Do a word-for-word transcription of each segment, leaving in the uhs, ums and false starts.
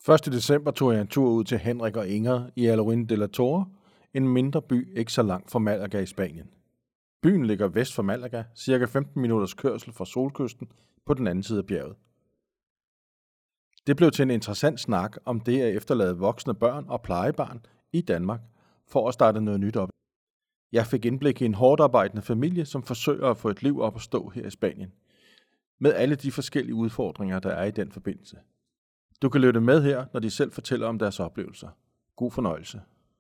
første december tog jeg en tur ud til Henrik og Inger i Alhaurín de la Torre, en mindre by ikke så langt fra Malaga i Spanien. Byen ligger vest for Malaga, cirka femten minutters kørsel fra solkysten på den anden side af bjerget. Det blev til en interessant snak om det at efterlade voksne børn og plejebarn i Danmark for at starte noget nyt op. Jeg fik indblik i en hårdt arbejdende familie, som forsøger at få et liv op at stå her i Spanien, med alle de forskellige udfordringer, der er i den forbindelse. Du kan lytte med her, når de selv fortæller om deres oplevelser. God fornøjelse.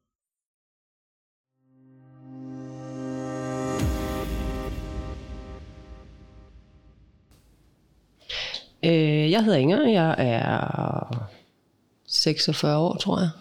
Øh, jeg hedder Inger, jeg er seksogfyrre år, tror jeg.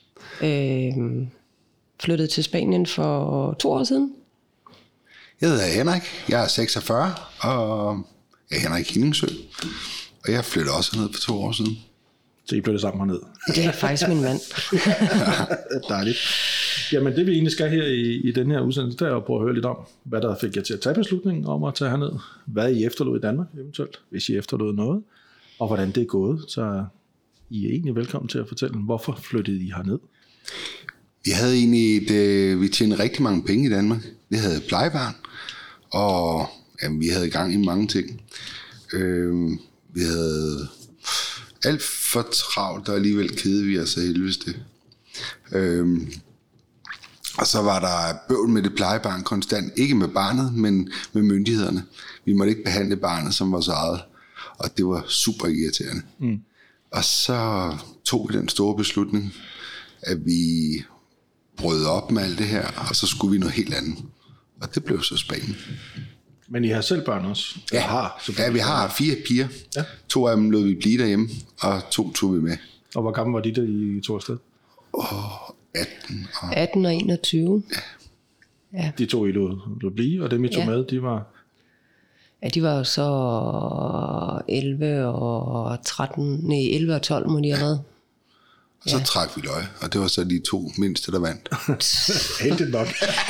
Øh, flyttede til Spanien for to år siden. Jeg hedder Henrik, jeg er seksogfyrre, og jeg er Henrik Hillingsø, og jeg flyttede også ned for to år siden. Så I flyttede sammen herned? Det er faktisk min mand. Dejligt. Jamen det vi egentlig skal her i, i den her udsendelse, det er at prøve at høre lidt om, hvad der fik jer til at tage beslutningen om at tage herned. Hvad I efterlod i Danmark eventuelt, hvis I efterlod noget, og hvordan det er gået. Så I er egentlig velkommen til at fortælle, hvorfor flyttede I herned? Vi havde egentlig et, øh, vi tjente rigtig mange penge i Danmark. Vi havde plejebarn, og jamen, vi havde gang i mange ting. Øh, vi havde alt for travlt, og alligevel kedede vi os af helvedes det. Øh, og så var der bøvl med det plejebarn konstant. Ikke med barnet, men med myndighederne. Vi måtte ikke behandle barnet som vores eget, og det var super irriterende. Mm. Og så tog vi den store beslutning, at vi brød op med alt det her, og så skulle vi noget helt andet. Og det blev så Spanien. Men I har selv børn også? Ja, har, ja vi har fire piger. Ja. To af dem lod vi blive derhjemme, og to tog vi med. Og hvor gammel var de, der I tog afsted? Åh, atten og... atten og enogtyve. Ja. Ja. De to I lod, lod blive, og dem I tog ja. med, de var... Ja, de var jo så elleve og tretten, nej, elleve og tolv må de have været. Og så ja. trak vi løg, og det var så de to mindste, der vandt. Heldigt nok.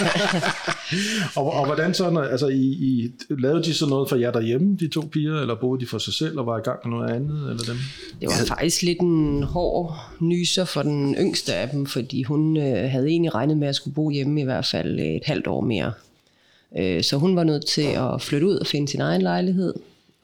og, og hvordan så, når, altså I, I, lavede de så noget for jer derhjemme, de to piger, eller boede de for sig selv, og var i gang med noget andet, eller dem? Det var faktisk lidt en hård nyser for den yngste af dem, fordi hun øh, havde egentlig regnet med at skulle bo hjemme i hvert fald et halvt år mere. Øh, så hun var nødt til at flytte ud og finde sin egen lejlighed,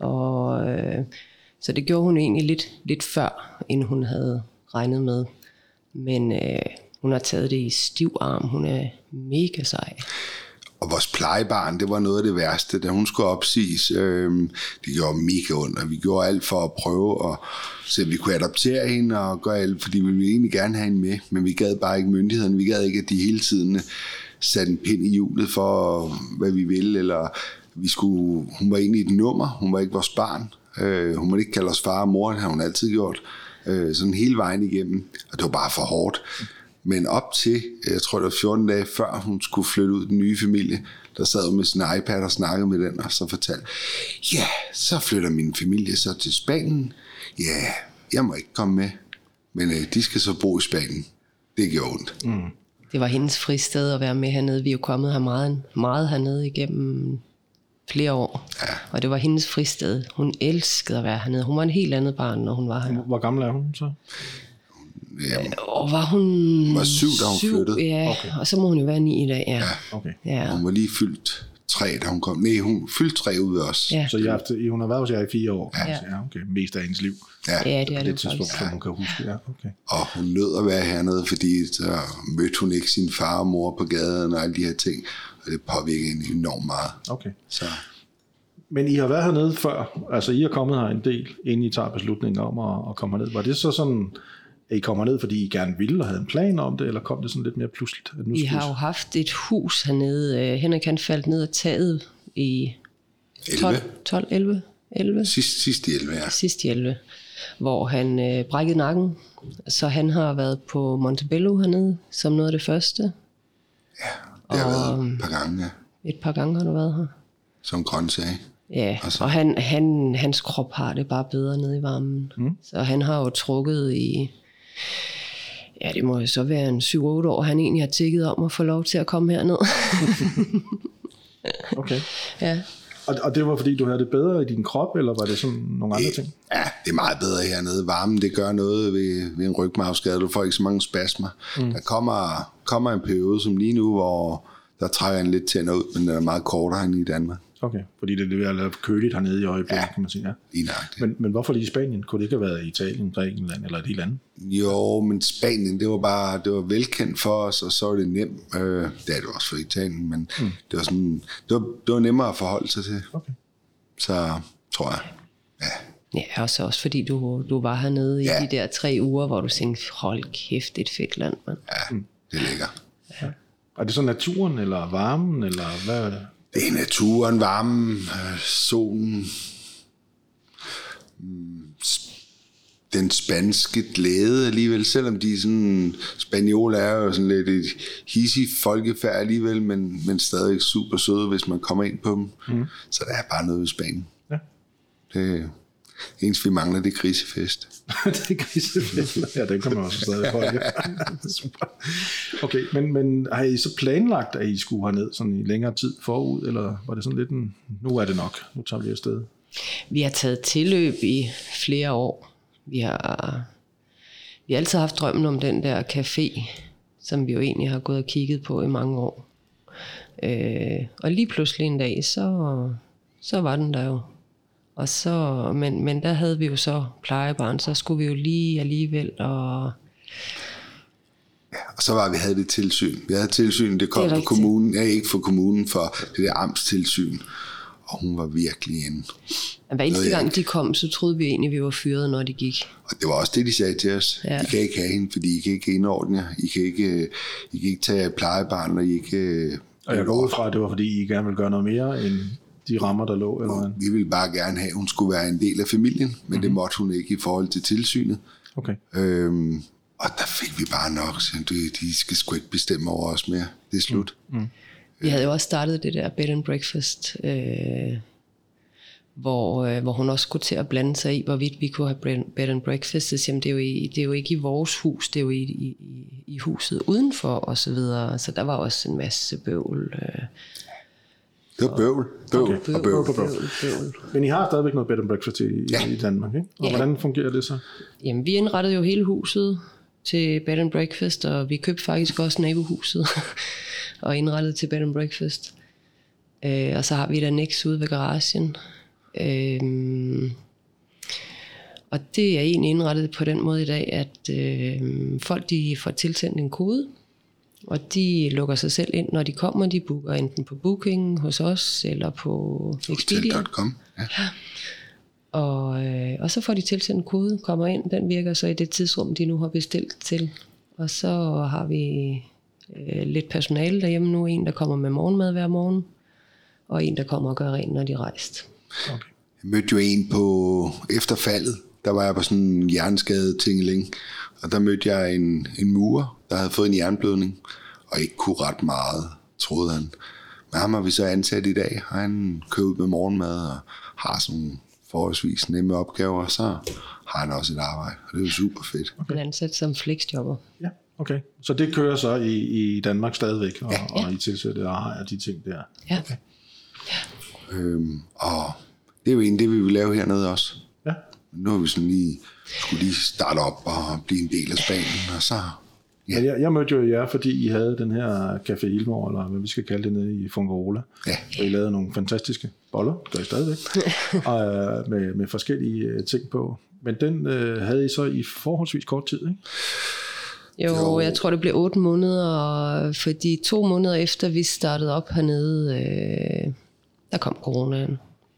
og øh, så det gjorde hun egentlig lidt, lidt før, end hun havde regnet med. Men øh, hun har taget det i stiv arm. Hun er mega sej. Og vores plejebarn, det var noget af det værste, da hun skulle opsiges. Øh, det gjorde mega ondt, og vi gjorde alt for at prøve at se, at vi kunne adoptere hende og gøre alt, fordi vi ville egentlig gerne have hende med, men vi gad bare ikke myndighederne. Vi gad ikke, at de hele tiden satte en pind i hjulet for, hvad vi ville, eller vi skulle, hun var egentlig et nummer, hun var ikke vores barn. Øh, hun måtte ikke kalde os far og mor, det har hun altid gjort. Sådan hele vejen igennem, og det var bare for hårdt. Men op til, jeg tror det var fjorten dage før hun skulle flytte ud, den nye familie, der sad med sin iPad og snakkede med den, og så fortalte, ja, så flytter min familie så til Spanien. Ja, jeg må ikke komme med, men øh, de skal så bo i Spanien. Det gjorde ondt. Mm. Det var hendes fristed at være med hernede. Vi er jo kommet her meget, meget hernede igennem flere år, ja. Og det var hendes fristed. Hun elskede at være hernede. Hun var en helt andet barn, når hun var her. Hvor gammel er hun så? Jamen, og var hun... Hun var syv, da hun syv, flyttede. Ja, okay. Og så må hun jo være ni i dag, ja. Ja. Okay. Ja. Hun var lige fyldt tre, da hun kom. Nej, hun fyldte tre ud af os. Ja. Så I har haft, hun har været hos jer i fire år? Ja. Ja, okay. Mest af hendes liv? Ja, ja det er det, det tidspunkt, som hun kan huske. Ja, okay. Og hun nød at være hernede, fordi så mødte hun ikke sin far og mor på gaden og alle de her ting. Og det påvirkede hende enormt meget. Okay. Så... Men I har været hernede før, altså I har kommet her en del, inden I tager beslutningen om at, at komme herned. Var det så sådan, at I kommer ned, fordi I gerne ville og havde en plan om det, eller kom det sådan lidt mere pludseligt? Nu vi har jo haft et hus hernede. Henrik han faldt ned af taget i tolv, elleve, elleve Sidst, sidst i elleve, ja. Sidst i elleve, hvor han øh, brækkede nakken. Så han har været på Montebello hernede, som noget af det første. Ja, det har og, været et par gange, ja. Et par gange har du været her. Som grøntsag. Ja, og, og han, han, hans krop har det bare bedre nede i varmen. Mm. Så han har jo trukket i, ja det må jo så være en syv otte år, han egentlig har tækket om at få lov til at komme herned. Okay. Ja. Og, og det var fordi, du havde det bedre i din krop, eller var det sådan nogle andre ting? Ja, det er meget bedre hernede. Varmen, det gør noget ved, ved en rygmarvsskade. Du får ikke så mange spasmer. Mm. Der kommer, kommer en periode som lige nu, hvor der trækker en lidt tænder ud, men den er meget kortere end i Danmark. Okay, fordi det er lidt køligt hernede i øjeblikket, ja, kan man sige. Ja, lige nøjagtigt. Men, men hvorfor lige Spanien? Kunne det ikke have været Italien, Grækenland eller et helt andet? Jo, men Spanien, det var bare, det var velkendt for os, og så var det nemt. Øh, det er det også for Italien, men mm. det var sådan, det var, det var nemmere at forholde sig til. Okay. Så tror jeg, ja. Ja, og så også fordi du, du var hernede ja. i de der tre uger, hvor du tænkte, hold kæft, et fedt land, mand. Ja, det ligger. Ja. Er det så naturen, eller varmen, eller hvad er det? Det er naturen, varmen, øh, solen, den spanske glæde alligevel, selvom de sådan, spanioler er jo sådan lidt et hissig folkefærd alligevel, men, men stadig super søde, hvis man kommer ind på dem. Mm. Så der er bare noget i Spanien. Ja. Det eneste vi mangler, det er grisefest. Det er grisefest. Ja, det kan man også stadig holde. Super. Okay, men, men har I så planlagt, at I skulle herned sådan i længere tid forud, eller var det sådan lidt en, nu er det nok, nu tager vi afsted? Vi har taget tilløb i flere år. Vi har, vi har altid haft drømmen om den der café, som vi jo egentlig har gået og kigget på i mange år. Øh, og lige pludselig en dag, så, så var den der jo. Og så, men, men der havde vi jo så plejebarn, så skulle vi jo lige alligevel og... Ja, og så var vi havde det tilsyn. Vi havde tilsyn, det kom det fra kommunen, ja, ikke fra kommunen, for det der amtstilsyn. Og hun var virkelig inde. Hver eneste gang de kom, så troede vi egentlig, vi var fyret, når de gik. Og det var også det, de sagde til os. Ja. I kan ikke have hende, fordi I kan ikke indordne jer. I kan ikke, I kan ikke tage plejebarn, og I ikke... Og jeg går ud fra, at det var, fordi I gerne ville gøre noget mere, end de rammer, der lå? Eller vi ville bare gerne have, at hun skulle være en del af familien, men mm-hmm. det måtte hun ikke i forhold til tilsynet. Okay. Øhm, og der fik vi bare nok, så de, de skal sgu ikke bestemme over os mere. Det er slut. Mm. Mm. Vi havde jo også startet det der bed and breakfast, øh, hvor, øh, hvor hun også skulle til at blande sig i, hvorvidt vi kunne have bed and breakfast. Så jamen, det, er jo i, det er jo ikke i vores hus, det er jo i, i, i huset udenfor og så videre. Så der var også en masse bøvl. Øh, Det var bøvl. Bøvl, okay. og bøvl. bøvl, bøvl, bøvl. Men I har stadigvæk noget bed and breakfast i, ja. i Danmark, ikke? Og ja. Hvordan fungerer det så? Jamen, vi indrettede jo hele huset til bed and breakfast, og vi købte faktisk også nabohuset og indrettede til bed and breakfast. Øh, og så har vi et annex ude ved garagen. Øh, og det er egentlig indrettet på den måde i dag, at øh, folk de får tilsendt en kode, og de lukker sig selv ind, når de kommer. De booker enten på Booking hos os, eller på Expedia. hotel punktum com, ja. Og, øh, og så får de tilsendt en kode, kommer ind. Den virker så i det tidsrum, de nu har bestilt til. Og så har vi øh, lidt personale derhjemme nu. En, der kommer med morgenmad hver morgen, og en, der kommer og gør rent, når de er rejst. Okay. Jeg mødte jo en på efterfaldet. Der var jeg på sådan en hjerneskade tingeling. Og der mødte jeg en, en murer, der havde fået en jernblødning, og ikke kunne ret meget, troede han. Men ham har vi så ansat i dag, og han kører ud med morgenmad og har sådan forholdsvis nemme opgaver, og så har han også et arbejde, og det er jo super fedt. Okay. Han er ansat som flexjobber. Ja, okay. Så det kører så i, i Danmark stadigvæk, og, ja. Ja. og I tilsætter og har de ting der? Ja. Okay. Ja. Øhm, og det er jo egentlig det, vi vil lave hernede også. Ja. Nu har vi sådan lige, skulle lige starte op og blive en del af Spanien, og så... Ja. Jeg, jeg mødte jo jer, fordi I havde den her Café Ilmor, eller hvad vi skal kalde det, nede i Fungarola. Ja. Og I lavede nogle fantastiske boller, det gør I stadigvæk, og, med, med forskellige ting på. Men den øh, havde I så i forholdsvis kort tid, ikke? Jo, jo, jeg tror, det blev otte måneder, fordi to måneder efter vi startede op hernede, øh, der kom coronaen.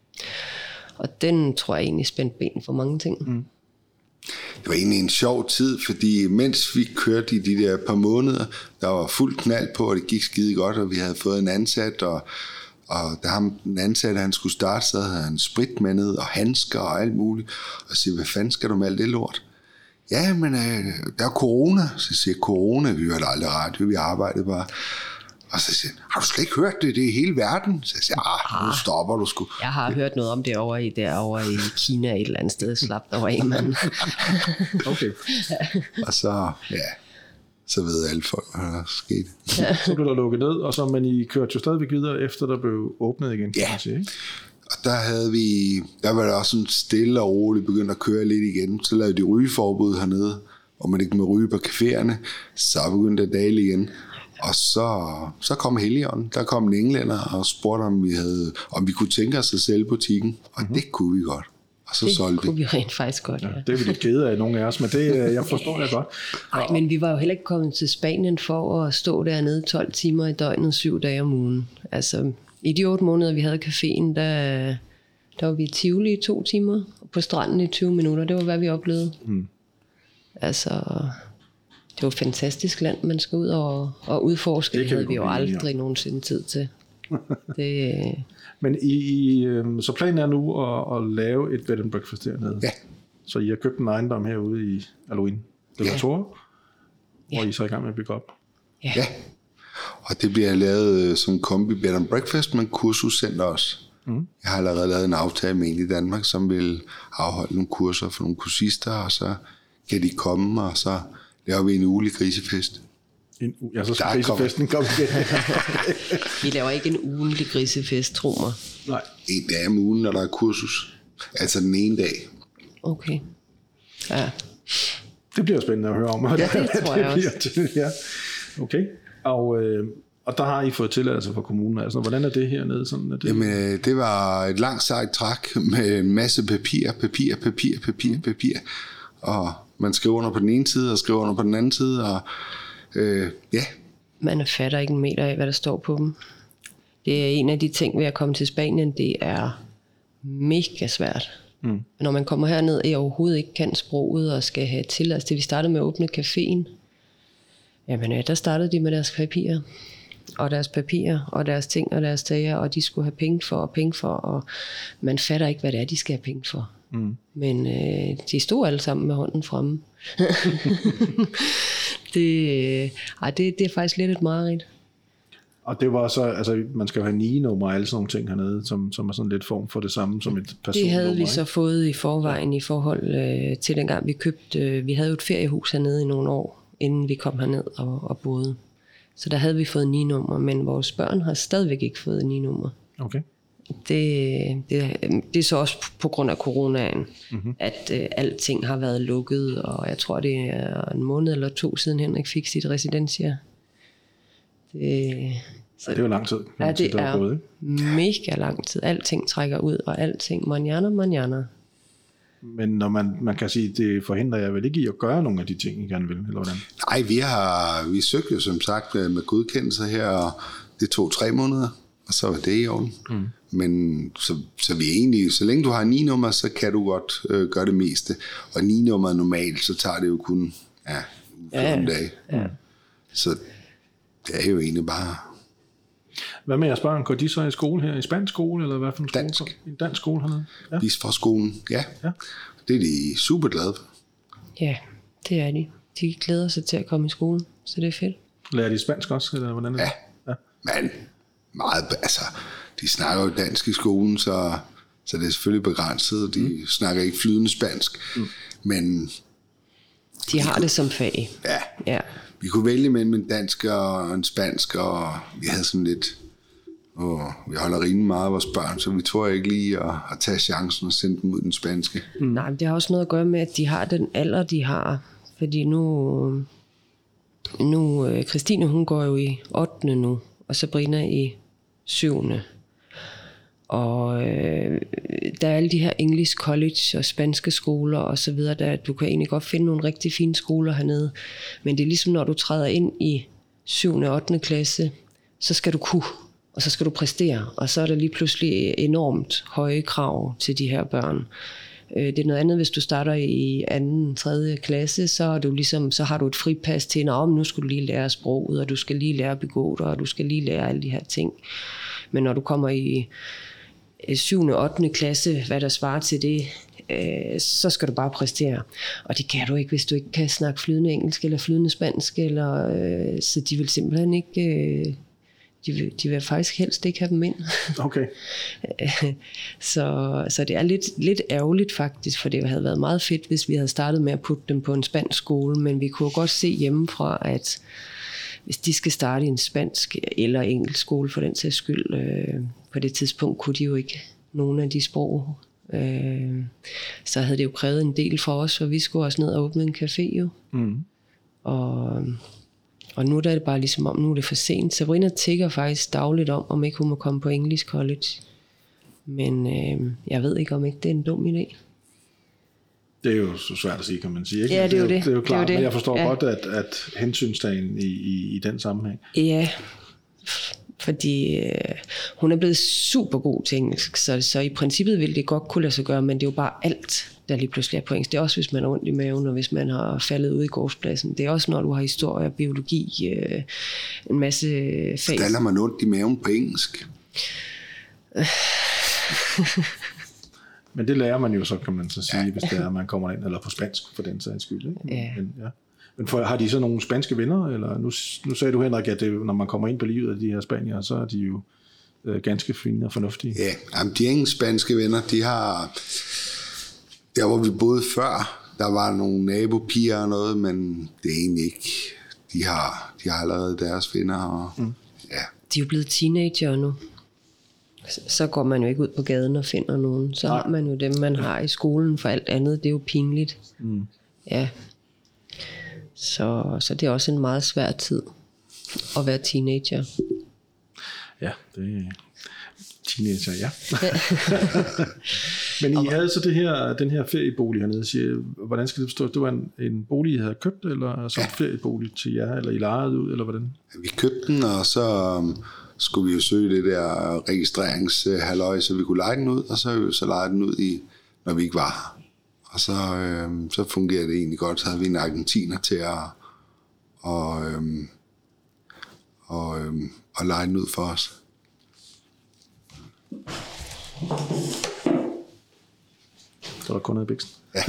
Og den tror jeg egentlig spændte ben for mange ting. Mm. Det var egentlig en sjov tid, fordi mens vi kørte i de der par måneder, der var fuld knald på, og det gik skide godt, og vi havde fået en ansat, og, og da ham, den ansatte, han skulle starte, så havde han sprit med ned, og handsker og alt muligt, og siger, hvad fanden skal du med alt det lort? Ja, men øh, der er corona. Så siger jeg, corona, vi hørte aldrig radio, vi arbejdede bare. Og så siger han, har du slet ikke hørt det? Det er hele verden. Så jeg siger, ah, nu stopper du sgu. Jeg har hørt noget om det over i, derovre i Kina et eller andet sted. Slap der over en mand. Okay. Og så, ja, så ved alle folk, hvad der er sket. Ja. Så blev der lukket ned, og så, men I kørte jo stadigvæk videre, efter der blev åbnet igen. Kan ja, man sige, ikke? og der havde vi, der var der også sådan stille og roligt begyndt at køre lidt igen. Så lavede de rygeforbud hernede, og man ikke må ryge på caféerne. Så begyndte det dale igen. Og så, så kom Helligånden. Der kom en englænder og spurgte, om vi, havde, om vi kunne tænke os at sælge butikken. Og mm-hmm. det kunne vi godt. Og så det solgte kunne vi rent faktisk godt, ja. ja. Det er vi lidt kede af, nogle af os, men det jeg forstår jeg godt. Nej, men vi var jo heller ikke kommet til Spanien for at stå dernede tolv timer i døgnet, syv dage om ugen. Altså, i de otte måneder, vi havde caféen, der, der var vi i Tivoli i to timer, og på stranden i tyve minutter. Det var, hvad vi oplevede. Mm. Altså, det var et fantastisk land, man skal ud og, og udforske. Det, det havde vi jo aldrig nogensinde tid til. Det... Men I, I, så planen er nu at, at lave et bed and breakfast dernede? Ja. Så I har købt en ejendom herude i Alruin de la Torre, ja. Og I er så i gang med at bygge op? Ja. ja. Og det bliver lavet som kombi bed and breakfast, men kursuscenter også. Mm. Jeg har allerede lavet en aftale med en i Danmark, som vil afholde nogle kurser for nogle kursister, og så kan de komme, og så laver vi en ugelig grisefest. En u- ja, så skal grisefesten komme igen. Vi laver ikke en ugentlig grisefest, tro mig. Nej. En dag om ugen, når der er kursus. Altså den ene dag. Okay. Ja. Det bliver spændende at høre om. Ja, det tror jeg også. Til, ja. Okay. Og, øh, og der har I fået tilladelse fra kommunen. Altså, hvordan er det hernede? Sådan, er det... Jamen, det var et langt sejt træk med en masse papir, papir, papir, papir, papir. Og man skriver under på den ene side, og skriver under på den anden side, og øh, ja. Man fatter ikke en meter af, hvad der står på dem. Det er en af de ting ved at komme til Spanien, det er mega svært. Mm. Når man kommer herned, og jeg overhovedet ikke kan sproget, og skal have tilladelse til, vi startede med at åbne caféen. Jamen, der startede de med deres papirer, og deres papirer, og deres ting, og deres tager, og de skulle have penge for, og penge for, og man fatter ikke, hvad det er, de skal have penge for. Mm. Men øh, de stod alle sammen med hånden fremme. det, øh, ej, det, det er faktisk lidt et mareridt. Og det var så, altså man skal jo have N I E-nummer og alle sådan nogle ting hernede, som, som er sådan lidt form for det samme som et personnummer. Det havde vi så fået i forvejen i forhold øh, til dengang vi købte, øh, vi havde jo et feriehus hernede i nogle år, inden vi kom herned og, og boede. Så der havde vi fået N I E-nummer, men vores børn har stadigvæk ikke fået N I E-nummer. Okay. Det, det, det er så også på grund af coronaen, mm-hmm. at øh, alting har været lukket, og jeg tror, det er en måned eller to siden Henrik fik sit residentia. Det, så, ja, det er jo lang tid. Ja, det tid, er gået, mega lang tid. Alting trækker ud, og alting manjana, manjana. Men når man, man kan sige, det forhindrer jeg vel ikke i at gøre nogle af de ting, I gerne vil, eller hvordan? Nej, vi har vi søgte jo som sagt med godkendelse her, og det tog tre måneder, og så var det i orden. Mm. Men så, så vi egentlig, så længe du har N I E-nummer, så kan du godt øh, gøre det meste. Og N I E-nummer er normalt, så tager det jo kun ja, fjorten dage. Ja. Så det er jo egentlig bare... Hvad med jeres børn? Går de så i skole her? I spansk skole, eller hvad for en skole? Dansk. En dansk skole hernede? Ja. Bisfra-skolen, ja. ja. Det er de super glade for. Ja, det er de. De glæder sig til at komme i skole, så det er fedt. Lærer de spansk også, eller hvordan er det? Ja, ja. Men meget, altså, de snakker jo dansk i skolen, så, så det er selvfølgelig begrænset. De mm. snakker ikke flydende spansk, mm. men... De har det som fag. Ja. Ja. Vi kunne vælge mellem en dansk og en spansk, og vi havde sådan lidt, og vi holder rimelig meget af vores børn, så vi tror ikke lige at, at tage chancen og sende dem ud den spanske. Mm. Nej, men det har også noget at gøre med, at de har den alder, de har. Fordi nu, nu Christine, hun går jo i ottende nu, og Sabrina i syvende. Og øh, der er alle de her English College og spanske skoler og så videre, der du kan egentlig godt finde nogle rigtig fine skoler hernede. Men det er ligesom når du træder ind i syvende og ottende klasse, så skal du kunne, og så skal du præstere. Og så er der lige pludselig enormt høje krav til de her børn. Det er noget andet, hvis du starter i anden, tredje klasse, så, er du ligesom, så har du et fripas til, at nu skal du lige lære sproget, og du skal lige lære at begå dig, og du skal lige lære alle de her ting. Men når du kommer i syvende og ottende klasse, hvad der svarer til det, øh, så skal du bare præstere. Og det kan du ikke, hvis du ikke kan snakke flydende engelsk eller flydende spansk, eller, øh, så de vil simpelthen ikke... Øh, de, vil, de vil faktisk helst ikke have dem ind. Okay. så, så det er lidt, lidt ærgerligt faktisk, for det havde været meget fedt, hvis vi havde startet med at putte dem på en spansk skole, men vi kunne godt se hjemmefra, at hvis de skal starte i en spansk eller engelsk skole for den sags skyld, øh, på det tidspunkt kunne de jo ikke nogle af de sprog. Øh, så havde det jo krævet en del for os, for vi skulle også ned og åbne en café jo. Mm. Og, og nu er det bare ligesom om, nu er det for sent. Sabrina tigger faktisk dagligt om, om ikke hun må komme på English College. Men øh, jeg ved ikke, om ikke det er en dum idé. Det er jo så svært at sige, kan man sige. Ikke? Ja, det er jo det. Det er jo klart, det er jo det. Men jeg forstår ja. godt, at, at hensynstagen i, i, i den sammenhæng. Ja, fordi øh, hun er blevet super god til engelsk, så, så i princippet ville det godt kunne lade sig gøre, men det er jo bare alt, der lige pludselig er på engelsk. Det er også, hvis man har ondt i maven, og hvis man har faldet ud i gårdspladsen. Det er også, når du har historie, biologi, øh, en masse fag. Hvordan har man ondt i maven på engelsk? Men det lærer man jo så, kan man så sige, ja. Hvis det er, at man kommer ind, eller på spansk for den sags skyld. Ikke? Ja. Men, ja. Men for, har de så nogle spanske venner? Eller nu, nu sagde du, Henrik, at det, når man kommer ind på livet af de her spaniere, så er de jo øh, ganske fine og fornuftige. Ja, jamen, de engelsk-spanske venner, de har... Der hvor vi boede før, der var nogle nabopiger og noget, men det er egentlig ikke... De har, de har allerede deres venner. Og, mm. ja. De er jo blevet teenager nu. Så går man jo ikke ud på gaden og finder nogen. Så Nej. Har man jo dem, man har i skolen, for alt andet. Det er jo pinligt. Mm. Ja. Så, så det er også en meget svær tid at være teenager. Ja, det er teenager, ja. Men I havde så det her, den her feriebolig hernede. Siger, hvordan skal det forstå? Det var en, en bolig, I havde købt, eller som ja. Feriebolig til jer, eller I lejede ud, eller hvordan? Vi købte den, og så um, skulle vi jo søge det der registreringshalløj, så vi kunne leje den ud, og så har vi jo så lejet den ud, i, når vi ikke var her. Og så, øhm, så fungerer det egentlig godt. Så havde vi en argentiner til at og, øhm, og, øhm, og lege den ud for os. Så er der kun noget i biksen. Ja.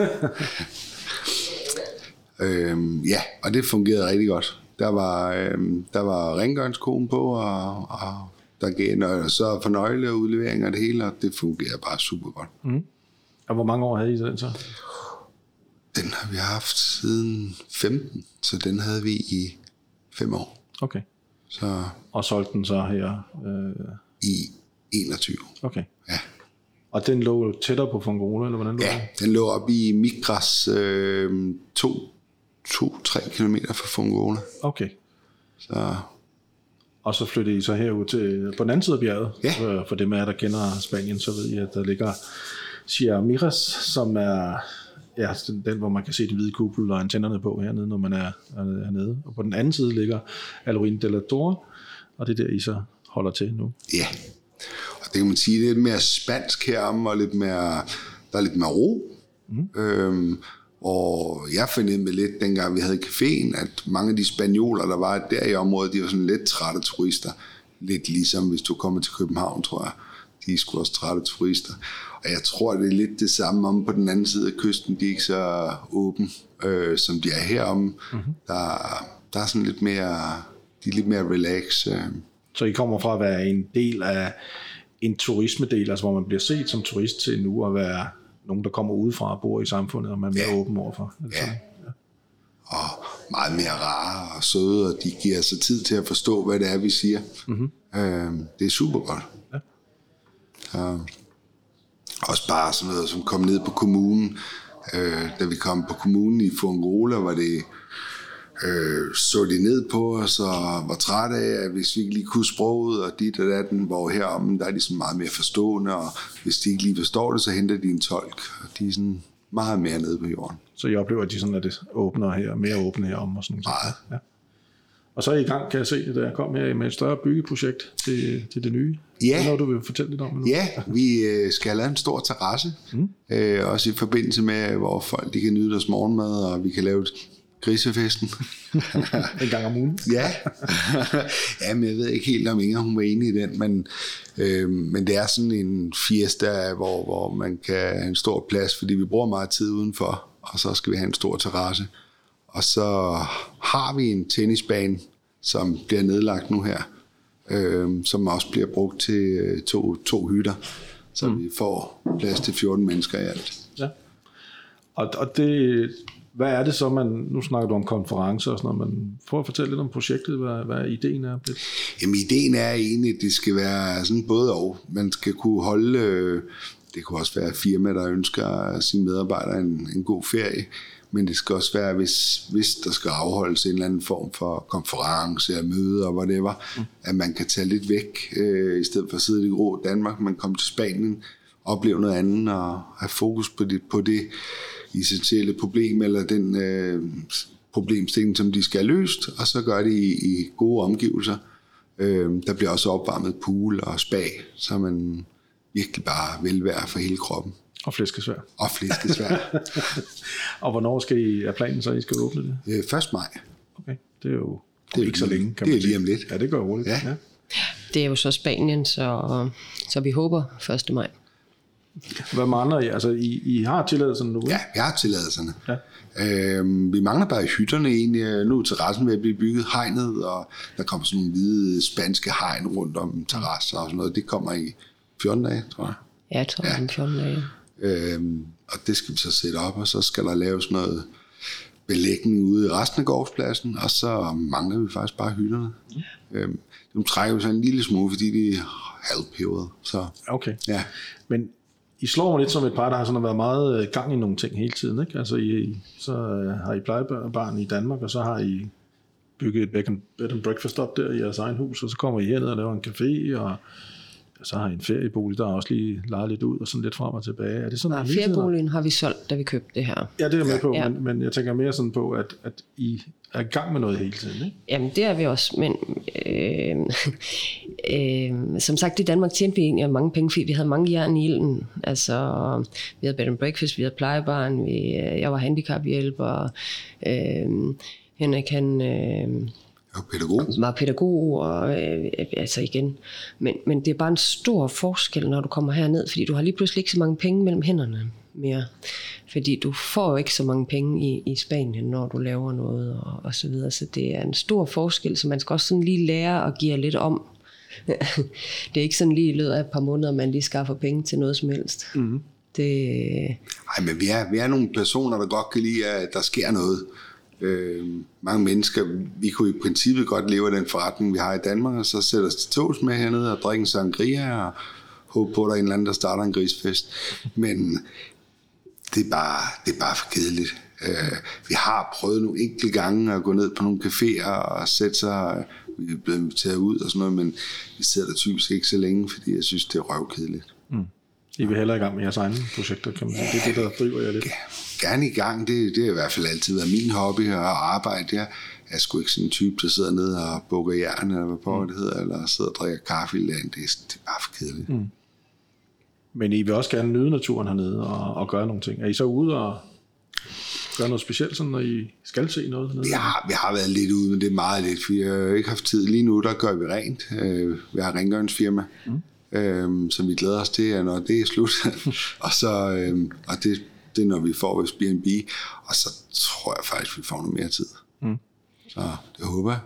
øhm, ja, og det fungerede rigtig godt. Der var, øhm, der var rengøringskoden på, og, og der gav nøgle, så for nøgle og udlevering og det hele, og det fungerede bare super godt. Mm. Og hvor mange år havde I den så? Den har vi haft siden femten, så den havde vi i fem år. Okay. Så og solgte den så her? Øh... I enogtyve. Okay. Ja. Og den lå tættere på Fungola, eller hvordan lå Ja, den? den lå oppe i Migras, øh, to, to, tre kilometer fra Fungola. Okay. Så... Og så flyttede I så herud til, på den anden side af bjerget. Ja. For, for dem af jer, der kender Spanien, så ved I, at der ligger Sierra Miras, som er ja, den, hvor man kan se de hvide kuppel og antennerne på hernede, når man er, er hernede. Og på den anden side ligger Alruin de la Torre, og det er der, I så holder til nu. Ja, og det kan man sige, det er lidt mere spansk heromme, og lidt mere, der er lidt mere ro. Mm. Øhm, og jeg fornemmede lidt, dengang vi havde caféen, at mange af de spanioler, der var der i området, de var sådan lidt trætte turister. Lidt ligesom hvis du kommer til København, tror jeg. De er sgu også trætte turister. Og jeg tror, det er lidt det samme om på den anden side af kysten. De er ikke så åbne, øh, som de er heromme. Mm-hmm. Der, der er sådan lidt mere, de er lidt mere relax. Øh. Så I kommer fra at være en del af en turismedel, altså hvor man bliver set som turist, til nu at være nogen, der kommer udefra og bor i samfundet, og man er mere ja. åben overfor. Ja. ja. Og meget mere rare og søde, og de giver sig tid til at forstå, hvad det er, vi siger. Mm-hmm. Øh, det er super godt. Ja. Så, også bare sådan noget, som kom ned på kommunen. Øh, da vi kom på kommunen i Fungola, var det øh, så de ned på os og var trætte af, at hvis vi ikke lige kunne sproget og dit og datten, hvor heromme, der er de sådan meget mere forstående, og hvis de ikke lige forstår det, så henter de en tolk, og de er sådan meget mere nede på jorden. Så I oplever, at de sådan er det åbnere her, mere åbne heromme og sådan noget? Ja. Og så er I i gang, kan jeg se, da jeg kom her med et større byggeprojekt til, til det nye. Ja. Det er noget, du vil fortælle lidt om nu? Ja, vi skal have lavet en stor terrasse, mm. øh, også i forbindelse med, hvor folk de kan nyde deres morgenmad, og vi kan lave grisefesten. En gang om ugen? Ja. Ja, men jeg ved ikke helt, om Inger hun var enig i den, men, øh, men det er sådan en fiesta, hvor, hvor man kan have en stor plads, fordi vi bruger meget tid udenfor, og så skal vi have en stor terrasse. Og så har vi en tennisbane, som bliver nedlagt nu her, øh, som også bliver brugt til to, to hytter, så mm. vi får plads til fjorten mennesker i alt. Ja. Og, og det, Hvad er det så, man, nu snakker du om konferencer og sådan noget, men prøv at fortælle lidt om projektet, hvad, hvad ideen er? Jamen ideen er egentlig, at det skal være sådan både og. Man skal kunne holde, det kunne også være firma, der ønsker sine medarbejdere en, en god ferie, men det skal også være, hvis, hvis der skal afholdes en eller anden form for konference eller møde og whatever, mm. at man kan tage lidt væk, øh, i stedet for at sidde i grå Danmark, man kommer til Spanien, opleve noget andet og have fokus på det, på det essentielle problem, eller den øh, problemstilling, som de skal have løst, og så gør det i, i gode omgivelser. Øh, der bliver også opvarmet pool og spa, så man virkelig bare velvære for hele kroppen. Og flæskesvær. Og flæskesvær. Og hvornår skal I, er planen så, I skal åbne det? Øh, første maj. Okay, det er jo det er ikke så længe, kan det man er lige om lidt. Ja, det går roligt. Ja. Ja. Det er jo så Spanien, så, så vi håber første maj. Hvad mangler I? Altså, I, I har tilladelserne nu? Ja, vi har tilladelserne. Ja. Øhm, vi mangler bare i hytterne egentlig. Nu er terrassen ved at blive bygget, hegnet, og der kommer sådan nogle hvide spanske hegn rundt om terrasser og sådan noget. Det kommer i fjorten dage, tror jeg. Ja, jeg tror, ja. fjorten dage. Øhm, og det skal vi så sætte op, og så skal der laves noget belægning ude i resten af gårdspladsen, og så mangler vi faktisk bare hytterne. Ja. Øhm, de trækker vi så en lille smule, fordi de er halvpeberet. Så okay. Ja. Men I slår mig lidt som et par, der har sådan været meget gang i nogle ting hele tiden, ikke? Altså, I, så har I plejebarn i Danmark, og så har I bygget et bed and, bed and breakfast op der i jeres egen hus, og så kommer I herned og laver en café, og så har I en feriebolig, der også lige lejet lidt ud, og sådan lidt frem og tilbage. Er det sådan, ja, ferieboligen har vi solgt, da vi købte det her. Ja, det er jeg med på, ja. men, men jeg tænker mere sådan på, at, at I er i gang med noget hele tiden, ikke? Jamen, det er vi også, men øh, øh, som sagt, i Danmark tjente vi egentlig mange penge, fordi vi havde mange jern i ilden. Altså, vi havde bed and breakfast, vi havde plejebarn, vi, jeg var handicaphjælper, øh, Henrik, han Øh, Og pædagog. var pædagog, og øh, altså igen. Men, men det er bare en stor forskel, når du kommer herned, fordi du har lige pludselig ikke så mange penge mellem hænderne mere. Fordi du får jo ikke så mange penge i, i Spanien, når du laver noget, og, og så videre. Så det er en stor forskel, så man skal også sådan lige lære at give lidt om. Det er ikke sådan lige i løbet af et par måneder, man lige skaffer penge til noget som helst. Mm-hmm. Det... Ej, men vi er, vi er nogle personer, der godt kan lide, at der sker noget. Øh, mange mennesker, vi kunne i princippet godt leve af den forretning, vi har i Danmark, og så sætter os til togs med hernede og drikker en sangria og håber på, at der er en eller anden, der starter en grisfest. Men det er bare, det er bare for kedeligt. Øh, vi har prøvet nogle enkelte gange at gå ned på nogle caféer og sætte sig, vi er blevet inviteret ud og sådan noget, men vi sidder der typisk ikke så længe, fordi jeg synes, det er røvkedeligt. Mm. I vil hellere i gang med jeres egne projekter, kan man sige. Det er det, der driver jer lidt. Gerne i gang. Det, det har i hvert fald altid været min hobby at arbejde der. Jeg er sgu ikke sådan en type, der sidder nede og bukker jern, eller hvad på mm. det hedder, eller sidder og drikker kaffe i land. Det, det er bare for kedeligt. Mm. Men I vil også gerne nyde naturen hernede og, og gøre nogle ting. Er I så ude og gøre noget specielt, sådan, når I skal se noget hernede? Vi har, vi har været lidt ude, men det er meget lidt, for jeg har ikke haft tid. Lige nu, der gør vi rent. Vi har rengøringsfirma. Mm. Øhm, som vi glæder os til, når det er slut. og så øhm, og det, det er, når vi får vores B and B, og så tror jeg faktisk, vi får noget mere tid. Mm. Så det håber jeg.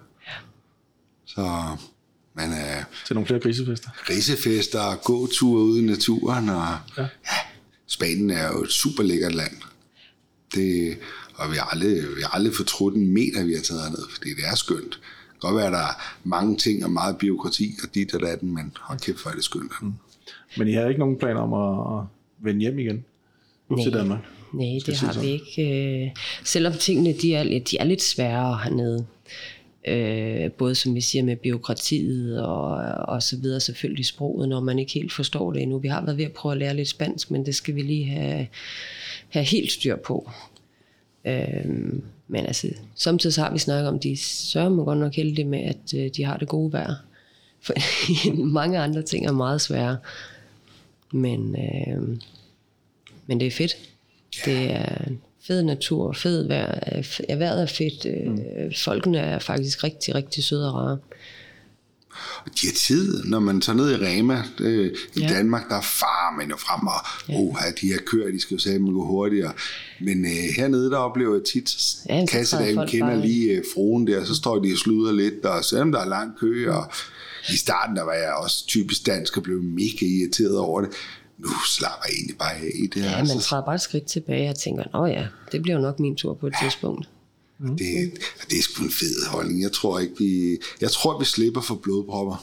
Så man er... Til nogle flere grisefester. Grisefester, gåture ude i naturen, og ja. Ja, Spanien er jo et super lækkert land. Det, og vi har aldrig, vi har aldrig fortrudt en meter, vi har taget herned, fordi det er skønt. Det kan godt være, at der er mange ting og meget byråkrati og dit og datten, men hold kæft, hvor er det skønt. Mm. Men I har ikke nogen planer om at, at vende hjem igen? Ud til Danmark? Nej, det har vi ikke. Selvom tingene de er, de er lidt sværere hernede. Øh, både som vi siger med byråkratiet og, og så videre, selvfølgelig sproget, når man ikke helt forstår det endnu. Vi har været ved at prøve at lære lidt spansk, men det skal vi lige have, have helt styr på. Øh, men altså, samtidig har vi snakket om, de sørger mig godt nok heldige med, at øh, de har det gode vejr. For mange andre ting er meget svære. Men, øh, men det er fedt. Det er fed natur, fed vejr. Ja, vejret er fedt. Mm. Folkene er faktisk rigtig, rigtig søde og rare. De har tid, når man tager ned i Rema øh, i ja. Danmark, der er farmænd og frem, og ja. oh, de her køer, de skal jo sige, man går hurtigere. Men øh, hernede, der oplever jeg tit, ja, kassedamen kender bare lige øh, fruen der, så står de og sluder lidt, og selvom der er lang kø, og i starten, der var jeg også typisk dansk og blev mega irriteret over det. nu slapper jeg egentlig bare af i det her. Ja, man træder bare et skridt tilbage og tænker, nå ja, det bliver jo nok min tur på et tidspunkt. Mm. Det, det er sgu en fed holdning. Jeg tror ikke, vi, jeg tror, vi slipper for blodpropper.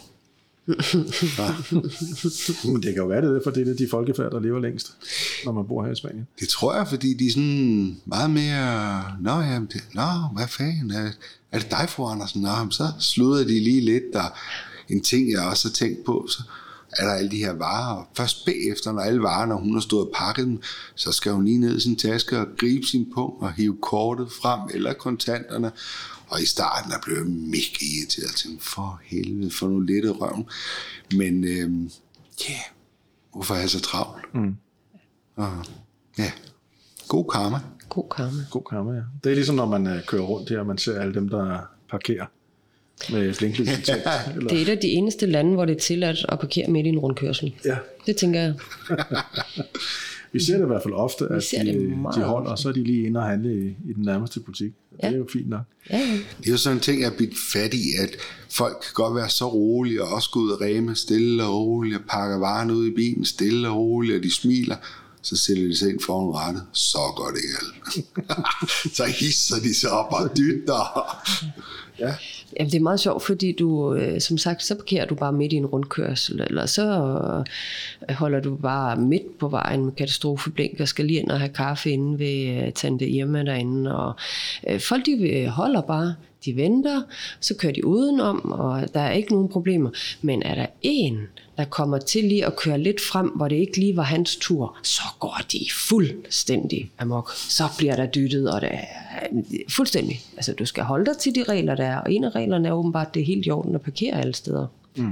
Men det kan jo være det, for det er de folkefærd, der lever længst, når man bor her i Spanien. Det tror jeg, fordi de er sådan meget mere, nå, jamen, det, nå hvad fanden, er, er det dig, fru Andersen? Nå, så slutter de lige lidt, der en ting, jeg også har tænkt på, så er der alle de her varer, og først bagefter, når alle varer, når hun har stået og pakket dem, så skal hun lige ned i sin taske og gribe sin punkt og hive kortet frem, eller kontanterne. Og i starten der blev jeg mega irriteret. Jeg tænkte, for helvede, for nu lidt af røven. Men ja, øh, yeah, hvorfor er jeg så travlt? Mm. Og, ja, god karma. God karma. God karma, ja. Det er ligesom, når man uh, kører rundt her, og man ser alle dem, der parkerer med blinklys. Det er et af de eneste lande, hvor det er tilladt at parkere midt i en rundkørsel. Ja. Det tænker jeg. Vi ser det i hvert fald ofte, at de, de holder, og så er de lige inde og handle i, i den nærmeste butik. Ja. Det er jo fint nok. Ja, ja. Det er jo sådan en ting, jeg er blivet fat i, at folk kan godt være så rolige, og også gå ud og ræme stille og roligt, og pakker varerne ud i bilen stille og roligt, og de smiler. Så sætter de sig ind foran rettet. Så går det galt. Så hisser de sig op og dytter. Ja. Jamen, det er meget sjovt, fordi du, som sagt, så parkerer du bare midt i en rundkørsel, eller så holder du bare midt på vejen med katastrofeblink og skal lige ind og have kaffe inde ved tante Irma derinde. Og folk, de holder bare, de venter, så kører de udenom, og der er ikke nogen problemer. Men er der en, der kommer til lige at køre lidt frem, hvor det ikke lige var hans tur, så går de fuldstændig amok. Så bliver der dyttet, og det er fuldstændig. Altså, du skal holde dig til de regler, der er, og en af reglerne er åbenbart, det er helt i orden at parkere alle steder. Mm.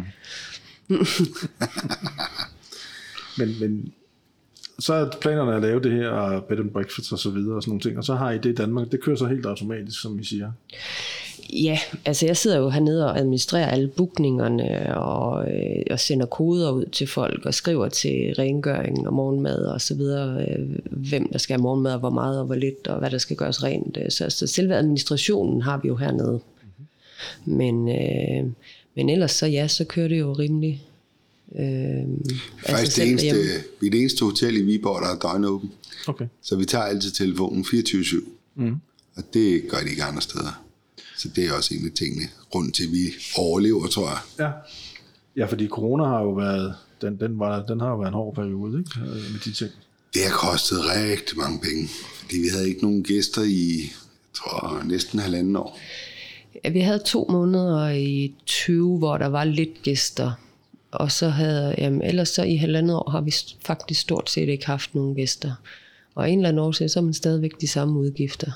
men, men så er planerne at lave det her bed and breakfast og så videre og sådan nogle ting, og så har I det i Danmark. Det kører så helt automatisk, som I siger. Ja, altså jeg sidder jo hernede og administrerer alle bookningerne og, øh, og sender koder ud til folk og skriver til rengøring og morgenmad og så videre, øh, hvem der skal have morgenmad og hvor meget og hvor lidt og hvad der skal gøres rent. Så, så selve administrationen har vi jo hernede. Mm-hmm. Men, øh, men ellers så ja, så kører det jo rimelig. Øh, Faktisk altså det eneste, vi er det eneste hotel i Viborg, der er døgnåben. Okay. Så vi tager altid telefonen fireogtyve syv. Mm. Og det gør de ikke andre steder. Så det er også en af tingene, grund til, at vi overlever, tror jeg. Ja, ja, fordi corona har jo været, den, den, var, den har jo været en hård periode, ikke? Med de ting. Det har kostet rigtig mange penge, fordi vi havde ikke nogen gæster i, jeg tror, næsten halvanden år. Ja, vi havde to måneder i tyve, hvor der var lidt gæster. Og så havde, jamen, ellers så i halvandet år har vi faktisk stort set ikke haft nogen gæster. Og en eller anden årsag, så er man stadigvæk de samme udgifter.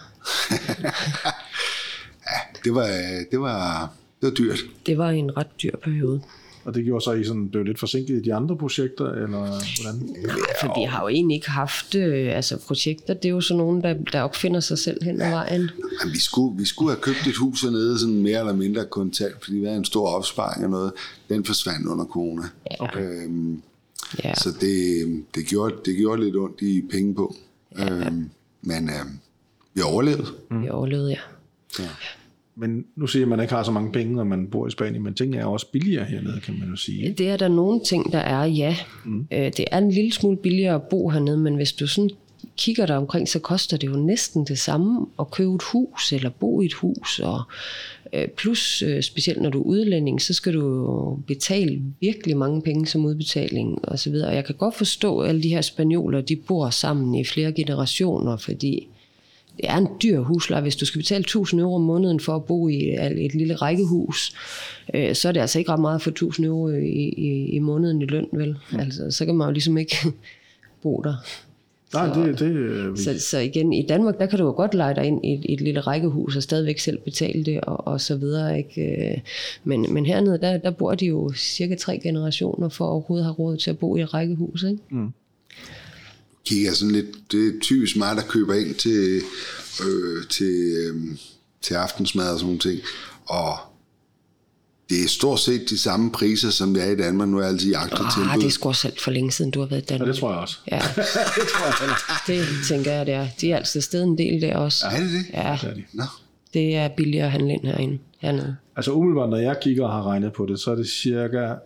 Ja, det var, det var, det var dyrt. Det var en ret dyr periode. Og det gjorde så, at I sådan, blev lidt forsinket i de andre projekter, eller hvordan? Nej, for vi har jo egentlig ikke haft, øh, altså projekter, det er jo sådan nogen, der, der opfinder sig selv hen ad vejen. Men vi skulle, vi skulle have købt et hus hernede, sådan mere eller mindre kontant, fordi vi havde en stor opsparing og noget. Den forsvandt under corona. Ja. Okay. Øhm, ja. Så det, det, gjorde, det gjorde lidt ondt i penge på. Ja. Øhm, men øhm, vi overlevede. Mm. Vi overlevede, ja. Ja. Men nu siger man, at man ikke har så mange penge, når man bor i Spanien, men tingene er også billigere hernede, kan man jo sige. Det er der nogle ting, der er, ja. Mm. Det er en lille smule billigere at bo hernede, men hvis du sådan kigger der omkring, så koster det jo næsten det samme at købe et hus, eller bo i et hus, og plus specielt når du er udlænding, så skal du betale virkelig mange penge som udbetaling, og så videre. Og jeg kan godt forstå, at alle de her spanioler, de bor sammen i flere generationer, fordi det er en dyr husleje. Hvis du skal betale tusind euro om måneden for at bo i et lille rækkehus, øh, så er det altså ikke ret meget for tusind euro i, i, i måneden i løn, vel? Mm. Altså, så kan man jo ligesom ikke bo der. Nej, så, det, det øh, så, så igen, i Danmark, der kan du jo godt lege dig ind i et, et lille rækkehus og stadigvæk selv betale det og, og så videre, ikke? Men, men hernede, der, der bor de jo cirka tre generationer for at overhovedet have råd til at bo i et rækkehus, ikke? Mm. Kigger sådan lidt, det er typisk mig, der køber ind til, øh, til, øh, til aftensmad og sådan nogle ting, og det er stort set de samme priser, som det er i Danmark. Nu er jeg altid jagtet til. Ah, det er sgu også alt for længe siden, du har været i Danmark. Ja, det tror jeg også. Ja. det tror jeg det tænker jeg, det er. De er altså stedet en del der også. Ja, er det det? Ja, det er, de. Nå. Det er billigere at handle ind herinde. Hernede. Altså umiddelbart, når jeg kigger og har regnet på det, så er det cirka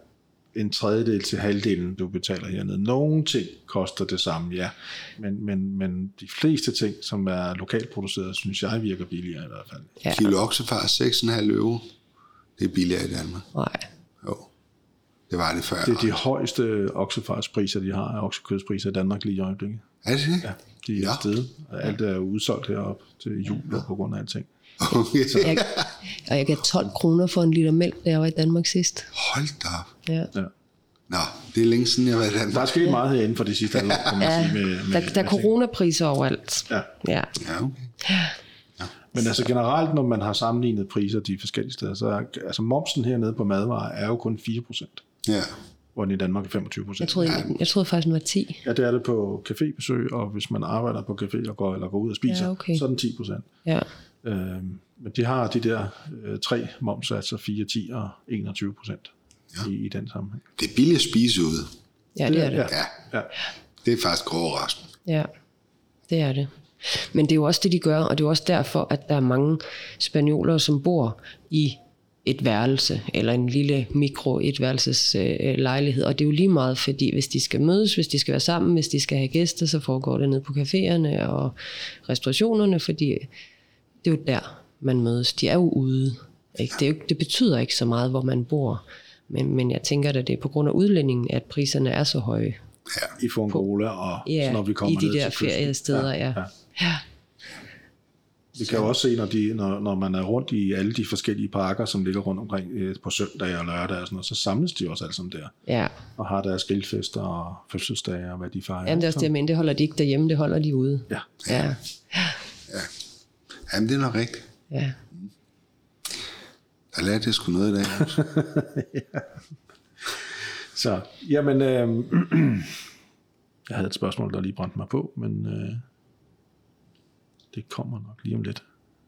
en tredjedel til halvdelen, du betaler hernede. Nogle ting koster det samme, ja. Men, men, men de fleste ting, som er lokalt produceret, synes jeg virker billigere i hvert fald. Ja. Kilo oksefars seks komma fem euro. Det er billigere i Danmark. Nej. Jo. Det var det før. Det er de højeste oksefarspriser, de har, af oksekødspriser i Danmark lige i øjeblikket. Er det det? Ja, de er ja. stedet. Alt er udsolgt heroppe til jul ja. på grund af alting. Okay. Jeg, og jeg gav tolv kroner for en liter mælk, da jeg var i Danmark sidst. Hold da op. Ja. Ja. Nå, det er længe siden, jeg har været i Danmark. Der er sket ja. meget herinde for de sidste halvår, kan man ja. sige. Med, med, der, der er coronapriser overalt. Ja. Ja. Ja, okay. Ja. Men altså generelt, når man har sammenlignet priser de forskellige steder, så er altså momsen hernede på madvarer er jo kun fire procent. Ja. Hvor den i Danmark er femogtyve procent. Jeg troede, jeg, jeg troede faktisk, den var ti. Ja, det er det på cafébesøg, og hvis man arbejder på café og går, eller går ud og spiser, ja, okay. så er den ti procent. Ja. Øhm, men de har de der øh, tre momsatser, fire, ti og enogtyve procent ja. i, i den sammenhæng. Det er billigt at spise ude. Ja, det er det. Ja. Ja. Ja. Det er faktisk overraskende. Ja, det er det. Men det er jo også det, de gør, og det er også derfor, at der er mange spanioler, som bor i et værelse, eller en lille mikro etværelses øh, lejlighed. Og det er jo lige meget, fordi hvis de skal mødes, hvis de skal være sammen, hvis de skal have gæster, så foregår det ned på caféerne og restaurationerne, fordi det er jo der, man mødes. De er jo ude. Ikke? Det, er jo, det betyder ikke så meget, hvor man bor. Men, men jeg tænker, at det er på grund af udlændingen, at priserne er så høje. Ja, i Fuengirola, og ja, så når vi kommer i de ned der til kysten. feriesteder, ja. ja. ja. Vi kan jo også se, når, de, når, når man er rundt i alle de forskellige parker, som ligger rundt omkring øh, på søndag og lørdag og sådan noget, så samles de også alle sammen der. Ja. Og har deres grillfester og fødselsdage og hvad de fejrer. Jamen det er også det, men det holder de ikke derhjemme, det holder de ude. Ja. Ja. Ja. Jamen det er nok rigtigt. Ja. Jeg lærte det sgu noget i dag også. ja. Så, jamen, øh, jeg havde et spørgsmål, der lige brændte mig på, men øh, det kommer nok lige om lidt.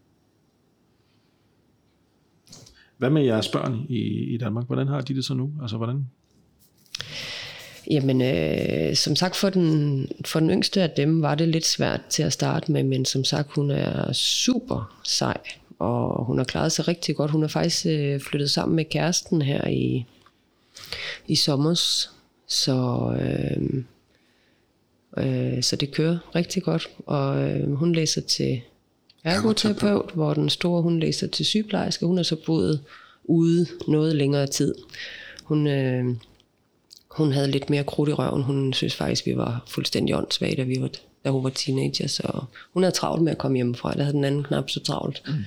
Hvad med jeres børn i, i Danmark? Hvordan har de det så nu? Altså, hvordan? Jamen, øh, som sagt, for den, for den yngste af dem var det lidt svært til at starte med, men som sagt, hun er super sej, og hun har klaret sig rigtig godt. Hun er faktisk øh, flyttet sammen med kæresten her i, i sommers, så, øh, øh, så det kører rigtig godt. Og øh, hun læser til ergoterapeut, hvor den store, hun læser til sygeplejerske. Hun har så boet ude noget længere tid. Hun... Øh, Hun havde lidt mere krudt i røven. Hun synes faktisk, vi var fuldstændig åndssvage, da, vi var, da hun var teenager. Så hun havde travlt med at komme hjemmefra. Der havde den anden knap så travlt. Mm.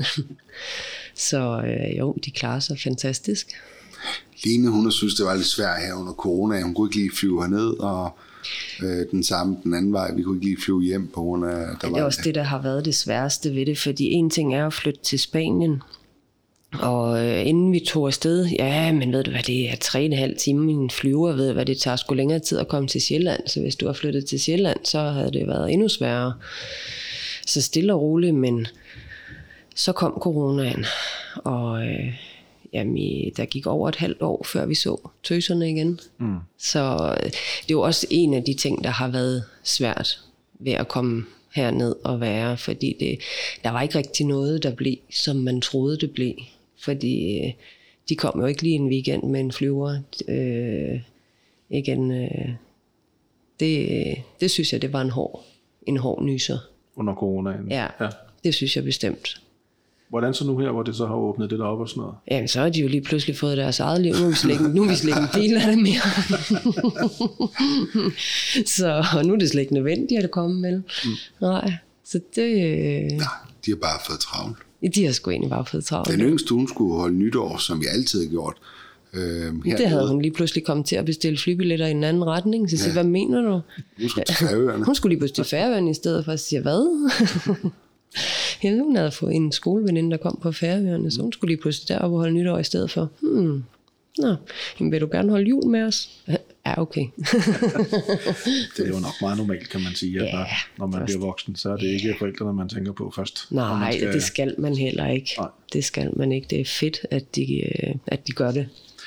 så øh, jo, de klarer sig fantastisk. Line, hun synes, det var lidt svært her under corona. Hun kunne ikke lige flyve herned, og øh, den samme den anden vej. Vi kunne ikke lige flyve hjem på grund af... Der det er var også det, der har været det sværeste ved det. Fordi en ting er at flytte til Spanien. Og øh, inden vi tog afsted, ja, men ved du hvad, det er tre og en halv time i en flyver, ved du hvad, det tager sgu længere tid at komme til Sjælland, så hvis du har flyttet til Sjælland, så havde det været endnu sværere. Så stille og roligt, men så kom coronaen, og øh, jamen, der gik over et halvt år, før vi så tøserne igen. Mm. Så øh, det er jo også en af de ting, der har været svært ved at komme herned og være, fordi det, der var ikke rigtig noget, der blev, som man troede, det blev. Fordi øh, de kom jo ikke lige en weekend med en flyver. Øh, igen, øh, det, det synes jeg, det var en hård, en hård nyser. Under coronaen? Ja, ja, det synes jeg bestemt. Hvordan så nu her, hvor det så har åbnet det op og sådan noget? Jamen, så har de jo lige pludselig fået deres eget liv. Nu er vi slet ikke, nu er vi slet ikke en del af det mere. så og nu er det slet ikke nødvendigt, at det kommer med. Mm. Nej, så det... Nej, de har bare fået travlt. De har sgu egentlig bare fået travlt. Den yngste, hun skulle holde nytår, som vi altid har gjort. Øh, det havde hun lige pludselig kommet til at bestille flybilletter i en anden retning. Så siger, ja. Hvad mener du? Hun skulle til Færøerne. Hun skulle lige pludselig til Færøerne i stedet for at sige, hvad? Jamen, hun havde fået en skoleveninde, der kom på Færøerne, så hun skulle lige pludselig derop og holde nytår i stedet for. Hmm. Nå, jamen, vil du gerne holde jul med os? Ja, okay. Det er jo nok meget normalt, kan man sige, at ja, når, når man først bliver voksen, så er det ikke forældrene, man tænker på først. Nej, skal... det skal man heller ikke. Nej. Det skal man ikke. Det er fedt, at de, at de gør det.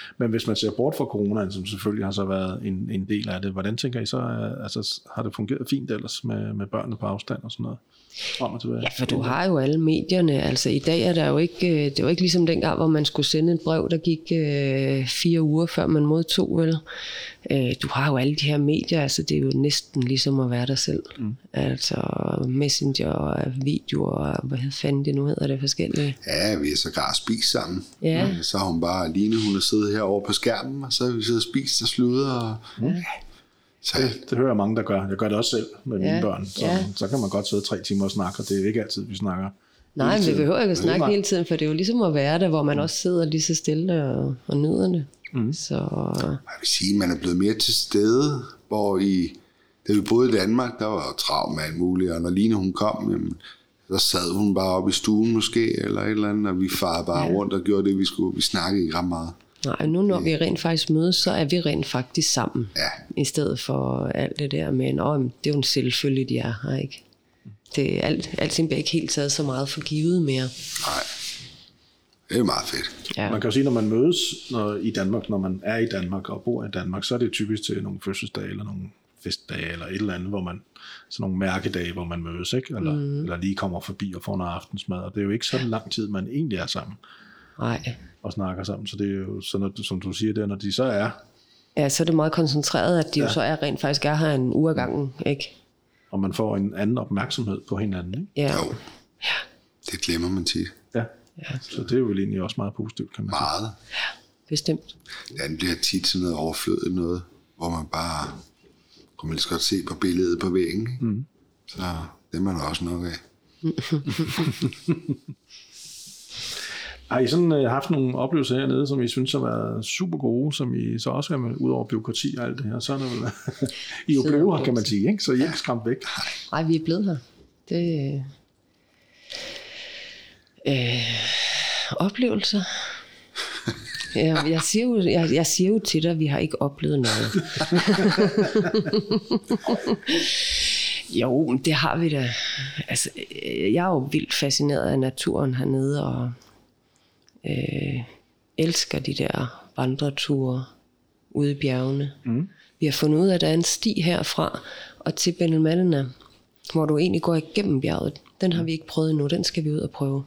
Men hvis man ser bort fra coronaen, som selvfølgelig har så været en, en del af det, hvordan tænker I så, altså har det fungeret fint ellers med, med børnene på afstand og sådan noget? Om og tilbage? Ja, for du har jo alle medierne. Altså i dag er der jo ikke, det er jo ikke ligesom dengang, hvor man skulle sende et brev, der gik øh, fire uger før man modtog, vel? Øh, du har jo alle de her medier, altså det er jo næsten ligesom at være der selv. Mm. Altså Messenger og videoer, og hvad fanden det nu hedder, det forskellige. Ja, vi har sågar spist sammen. Ja. Så har hun bare, Line, hun har siddet herovre på skærmen, og så har vi siddet og spist og sludret. Og... Mm. Ja. Så... Det, det hører jeg mange, der gør. Jeg gør det også selv med ja, mine børn. Så, ja. så kan man godt sidde tre timer og snakke, og det er jo ikke altid, vi snakker. Nej, men vi behøver ikke at snakke hele tiden, for det er jo ligesom at være der, hvor man mm. også sidder lige så stille og, og nyder det. Mm. Så... Jeg vil sige, at man er blevet mere til stede, hvor i, da vi boede i Danmark, der var jo travlt med alt muligt, og når Line hun kom, jamen, så sad hun bare oppe i stuen måske, eller et eller andet, og vi farede bare ja. rundt og gjorde det, vi skulle. Vi snakkede ikke ret meget. Nej, nu når vi rent faktisk mødes, så er vi rent faktisk sammen. Ja. I stedet for alt det der med, at det er jo en selvfølge, de er her, ikke? Det er alt, alting bliver ikke helt taget så meget for givet mere. Nej, det er meget fedt. Ja. Man kan jo sige, når man mødes når, i Danmark, når man er i Danmark og bor i Danmark, så er det typisk til nogle fødselsdage eller nogle festdage eller et eller andet, hvor man, sådan nogle mærkedage, hvor man mødes, ikke? Eller, mm. eller lige kommer forbi og får noget aftensmad, og det er jo ikke så lang tid, man egentlig er sammen. Nej. Og snakker sammen, så det er jo sådan, at, som du siger, det, når de så er... Ja, så er det meget koncentreret, at de ja. jo så er rent faktisk er her en uge ad gangen, ikke? Og man får en anden opmærksomhed på hinanden, ikke? Ja. Jo, ja. Det glemmer man tit. Ja, ja. Så det er jo egentlig også meget positivt, kan man meget. sige. Meget. Ja, bestemt. Den bliver tit sådan noget overflødigt noget, hvor man bare kunne man lige så godt se på billedet på væggen, ikke? Mm. Så det er man også nok af. Har I sådan uh, haft nogle oplevelser hernede, som I synes har været super gode, som I så også har ud over bureaukrati og alt det her, så er det vel, I er jo blevet her, kan man sige, ikke? Så I er ikke skræmt væk. Nej, vi er blevet her. Det øh, oplevelser. Ja, jeg, siger jo, jeg, jeg siger jo til dig, at vi har ikke oplevet noget. Jo, det har vi da. Altså, jeg er jo vildt fascineret af naturen hernede, og øh, elsker de der vandreture ude i bjergene. Mm. Vi har fundet ud af, at der er en sti herfra og til Benelmannene, hvor du egentlig går igennem bjerget. Den har vi ikke prøvet endnu, den skal vi ud og prøve.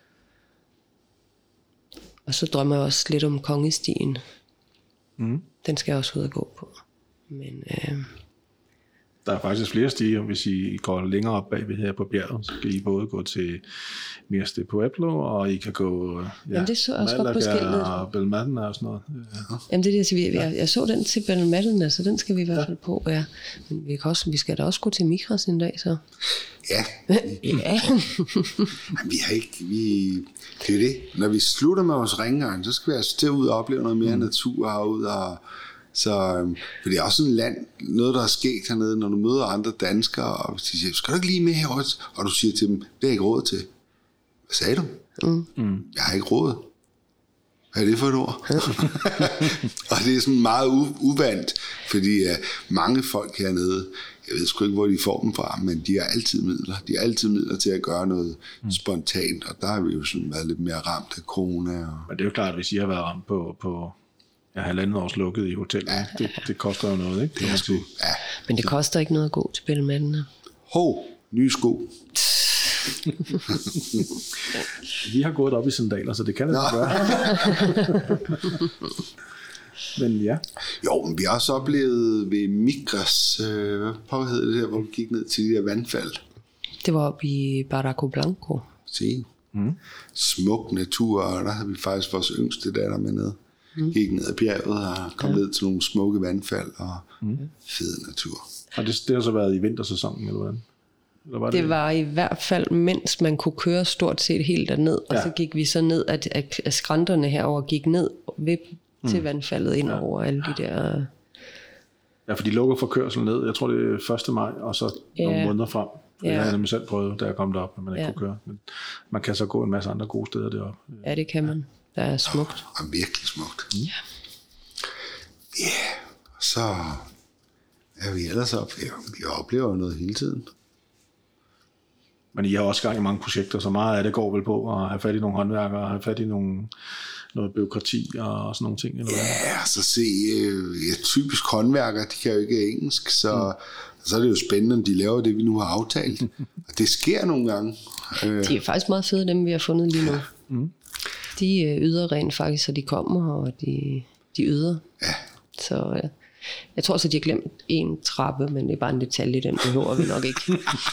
Og så drømmer jeg også lidt om Kongestien. Mm. Den skal jeg også ud og gå på. Men... Øh, Der er faktisk flere stier, hvis I går længere op bagved her på bjerget, så kan I både gå til Mias de Pueblo, og I kan gå ja, Jamen, det så også godt på skiltet. Og Benalmádena og sådan noget. Ja. Jamen det er det, jeg, jeg, jeg så den til Benalmádena, så den skal vi i hvert fald på. Ja. Men vi, kan også, vi skal da også gå til Migros en dag, så. Ja. ja. vi har ikke, vi, det er det. Når vi slutter med vores ringgang, så skal vi altså til ud og opleve noget mere mm. natur herude, og så, for det er også sådan et land, noget der er sket hernede, når du møder andre danskere, og de siger, skal du ikke lige med herovre? Og du siger til dem, det er jeg ikke råd til. Hvad sagde du? Mm. Mm. Jeg har ikke råd. Hvad er det for et ord? Og det er sådan meget u- uvandt, fordi uh, mange folk hernede, jeg ved sgu ikke, hvor de får dem fra, men de har altid midler. De har altid midler til at gøre noget mm. spontant, og der har vi jo sådan været lidt mere ramt af corona. Og... Men det er jo klart, hvis I har været ramt på... på ja, halvandet års lukket i hotel. Ja, det, det koster jo noget, ikke? Det er sgu, ja. Men det koster ikke noget at gå til Benelmannene. Hov, nye sko. Vi har gået op i sandaler, så det kan det ikke gøre. Men ja. Jo, men vi har også oplevet ved Migros, øh, hvad pokker hed det der, hvor vi gik ned til de der vandfald. Det var oppe i Barranco Blanco. Se. Mm. Smuk natur, og der havde vi faktisk vores yngste datter med ned. Mm. Gik ned ad bjerget og kom ja. ned til nogle smukke vandfald og mm. fed natur. Og det, det har så været i vintersæsonen, eller hvordan? Eller var det... det var i hvert fald, mens man kunne køre stort set helt derned, og ja. så gik vi så ned, at, at skrænterne herover gik ned ved, mm. til vandfaldet ind ja. over alle de der... Ja, for de lukker for kørsel ned, jeg tror det er første maj, og så ja. nogle måneder frem. Ja. Jeg har nemlig selv prøvet, da jeg kom derop, at man ikke ja. kunne køre. Men man kan så gå en masse andre gode steder deroppe. Ja, det kan man. Der er smukt. Og oh, virkelig smukt. Ja. Mm. Ja, yeah. Så er vi ellers op. Vi oplever noget hele tiden. Men I har også gang i mange projekter, så meget af det går vel på at have fat i nogle håndværkere, have fat i nogle noget bureaukrati og sådan nogle ting? Eller hvad? Ja, så se, øh, ja, typisk håndværkere, de kan jo ikke engelsk, så, mm. så er det jo spændende, om de laver det, vi nu har aftalt. Og det sker nogle gange. De er faktisk meget fede, dem vi har fundet lige nu. Ja. Mm. De øh, yder rent faktisk, så de kommer, og de, de yder. Ja. Så øh, jeg tror så, de har glemt en trappe, men det er bare en detalje, den behøver vi nok ikke.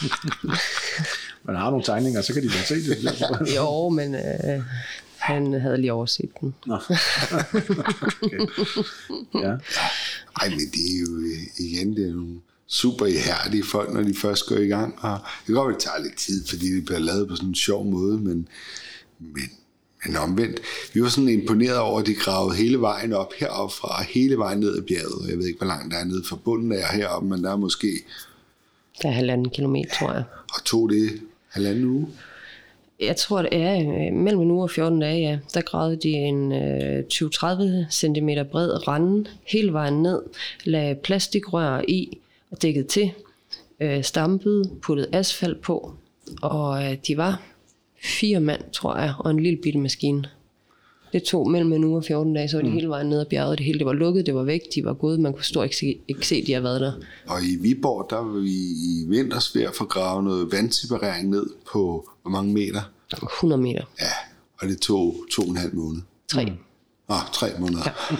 Man har nogle tegninger, så kan de da se det. Jo, men øh, han havde lige overset den. Nå. Okay. Ja. Ej, men det er jo igen, det er nogle super ihærdige folk, når de først går i gang. Og det kan godt være, det tager lidt tid, fordi det bliver lavet på sådan en sjov måde, men, men, men omvendt. Vi var sådan imponeret over, at de gravede hele vejen op heroppe fra, hele vejen ned ad bjerget. Jeg ved ikke, hvor langt der er nede fra bunden af heroppe, men der er måske... Der er halvanden kilometer, tror jeg. Og tog det halvanden uge? Jeg tror, det er mellem en uge og fjorten dage, ja. Der gravede de en øh, tyve til tredive centimeter bred rende hele vejen ned, lagde plastikrør i og dækket til, øh, stampede, puttede asfalt på, og øh, de var fire mand, tror jeg, og en lille bitte maskine. Det tog mellem en uge og fjorten dage, så var de mm. hele vejen ned ad bjerget. Det hele det var lukket, det var væk, de var gode, man kunne stort ikke se, ikke se, at de har været der. Og i Viborg, der var vi i vinters ved at få gravet noget vandseparering ned på hvor mange meter? hundrede meter. Ja, og det tog to og en halv måned. Tre. Mm. Nå, tre måneder. Ja.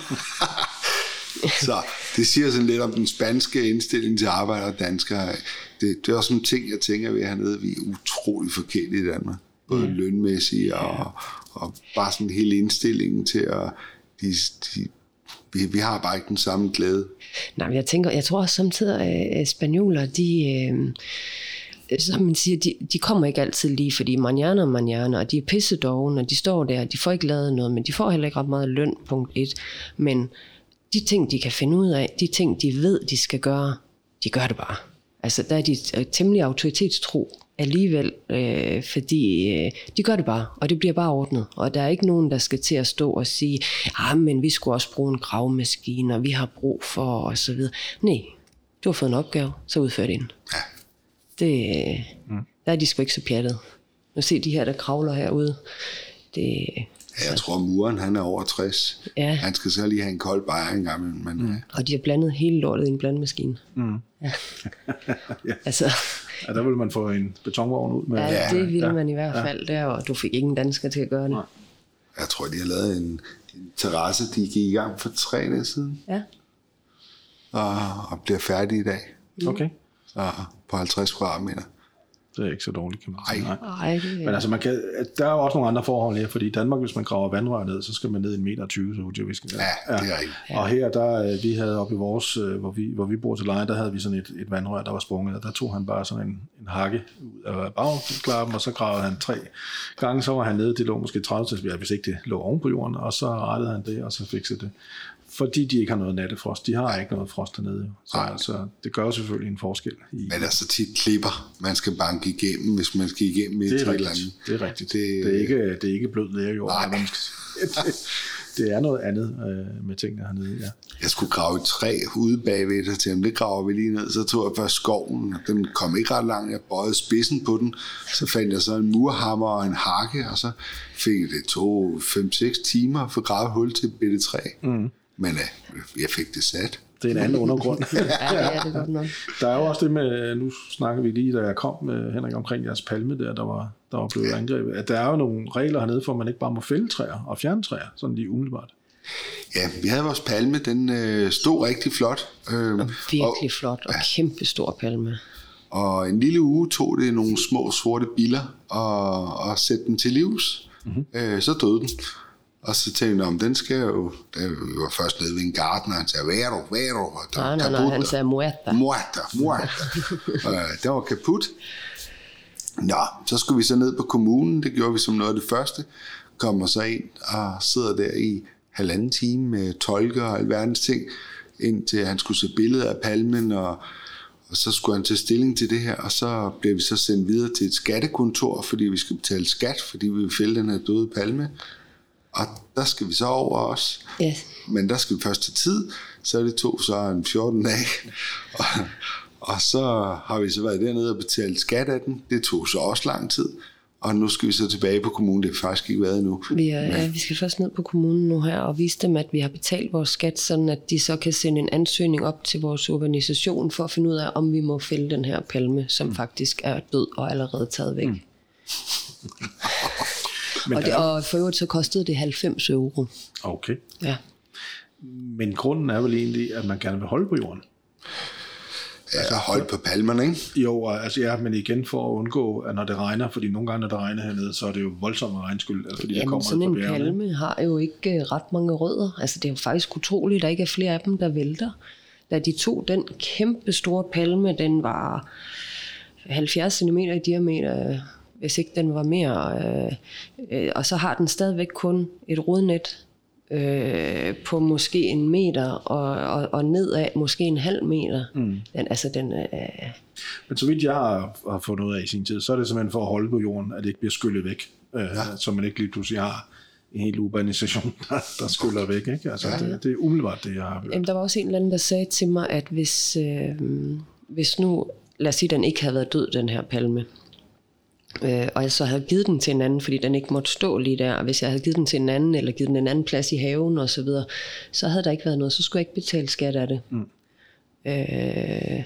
Så det siger sådan lidt om den spanske indstilling til arbejde og danskere. Det, det er også sådan en ting, jeg tænker ved hernede, vi er utrolig forkert i Danmark. Både mm. lønmæssigt og, og bare sådan hele indstillingen til at... De, de, vi, vi har bare ikke den samme glæde. Nej, men jeg tænker, jeg tror også samtidig, at spanioler, de... Øh, som man siger, de, de kommer ikke altid lige, fordi manjana og manjana, og de er pissedogne, og de står der, de får ikke lavet noget, men de får heller ikke ret meget løn, punkt et. Men de ting, de kan finde ud af, de ting, de ved, de skal gøre, de gør det bare. Altså, der er de temmelig autoritetstro alligevel, øh, fordi øh, de gør det bare, og det bliver bare ordnet. Og der er ikke nogen, der skal til at stå og sige, ah, men vi skulle også bruge en gravmaskine, og vi har brug for, og så videre. Nej, du har fået en opgave, så udfør den. Ja. Det, mm. Der er de sgu ikke så pjattet. Nu se de her, der kravler herude. Det, ja, jeg tror, muren han er over tres. Ja. Han skal så lige have en kold bajer en gang. Men, mm. Og de har blandet hele lortet i en blandemaskine. Mm. Ja. Ja. Altså. Ja, der ville man få en betonvogn ud med. Ja, det ville ja. man i hvert fald. Ja. Der, og du fik ingen dansker til at gøre det. Nej. Jeg tror, de har lavet en, en terrasse, de gik i gang for tre dage siden. Ja. Og, og bliver færdige i dag. Mm. Okay. Så på halvtreds kvadratmeter. Det er ikke så dårligt, kan man sige. Nej. Nej, det er... Men altså, man kan, der er jo også nogle andre forhold her, fordi i Danmark, hvis man graver vandrør ned, så skal man ned en meter tyve, så hurtigt vi skal. Ja, det er rigtigt. Og her, der, vi havde oppe i vores, hvor vi, hvor vi bor til leje, der havde vi sådan et, et vandrør, der var sprunget, og der tog han bare sådan en, en hakke ud af bagklappen, og så gravede han tre gange, så var han nede, det lå måske tredive til, hvis ikke det lå oven på jorden, og så rettede han det, og så fikset det. Fordi de ikke har noget nattefrost. De har ikke noget frost dernede. Så altså, det gør selvfølgelig en forskel. I... Men der er så tit klipper, man skal banke igennem, hvis man skal igennem et eller andet. Det er rigtigt. Det, det, er, ikke, det er ikke blød lerjord. Det, det er noget andet øh, med tingene hernede, ja. Jeg skulle grave et træ ude bagved det til ham. Det graver vi lige ned. Så tog jeg først skoven. Den kom ikke ret langt. Jeg bøjede spidsen på den. Så fandt jeg så en murhammer og en hakke, og så fik det to fem seks timer at få gravet hul til et bitte træ. Mm. Men øh, jeg fik det sat. Det er en anden undergrund. Ja, det er det godt nok. Der er jo også det med, nu snakker vi lige, da jeg kom med Henrik omkring jeres palme der, der var, der var blevet ja. angrebet, at der er jo nogle regler hernede for, at man ikke bare må fælde træer og fjerne træer, sådan lige umiddelbart. Ja, vi havde vores palme, den øh, stod rigtig flot. Øh, og virkelig og, flot, og ja. kæmpe stor palme. Og en lille uge tog det nogle små sorte biller og, og sætte den til livs. Mm-hmm. Øh, så døde den. Og så tænkte jeg, om den skal jo... Der var først nede ved en garden, og han sagde, vero, vero. Nej, nej, nej, han sagde muerta. Muerta, muerta. Og den var kaput. Nå, så skulle vi så ned på kommunen. Det gjorde vi som noget af det første. Kommer så ind og sidder der i halvanden time med tolker og alverdens ting, indtil han skulle se billeder af palmen, og, og så skulle han tage stilling til det her, og så blev vi så sendt videre til et skattekontor, fordi vi skal betale skat, fordi vi vil fælde den her døde palme. Og der skal vi så over os. Yes. Men der skal vi først til tid, så det tog så en fjorten dage. og, og så har vi så været dernede og betalt skat af den. Det tog så også lang tid. og nu skal vi så tilbage på kommunen. Det har faktisk ikke været endnu. Vi, er, ja, vi skal først ned på kommunen nu her og vise dem, at vi har betalt vores skat, sådan at de så kan sende en ansøgning op til vores organisation for at finde ud af, om vi må fælde den her palme, som mm. faktisk er død og allerede taget væk. Mm. og, det, og for øvrigt så kostede det halvfems euro. Okay. Ja. Men grunden er vel egentlig, at man gerne vil holde på jorden? Ja, altså holde på palmerne, ikke? Jo, altså ja, men igen for at undgå, at når det regner, fordi nogle gange, når det regner hernede, så er det jo voldsomme regnskyld. Altså fordi Jamen, der kommer sådan en bjergene. palme har jo ikke ret mange rødder. Altså det er jo faktisk utroligt, at der ikke er flere af dem, der vælter. Da de tog den kæmpe store palme, den var halvfjerds centimeter i diameter, hvis ikke den var mere. Øh, øh, og så har den stadigvæk kun et rodnet øh, på måske en meter, og, og, og nedad måske en halv meter. Mm. Den, altså den, øh, Men så vidt jeg har, har fundet ud af i sin tid, så er det simpelthen for at holde på jorden, at det ikke bliver skyllet væk. Øh, ja. Så man ikke lige pludselig har en hel urbanisation, der, der skyller væk. Ikke? Altså, ja. det, det er umiddelbart det, jeg har hørt. Jamen, der var også en eller anden, der sagde til mig, at hvis, øh, hvis nu, lad os sige, den ikke havde været død, den her palme, øh, og jeg så havde givet den til en anden, fordi den ikke måtte stå lige der, og hvis jeg havde givet den til en anden, eller givet den en anden plads i haven og så videre, så havde der ikke været noget, så skulle jeg ikke betale skat af det. Mm. Øh,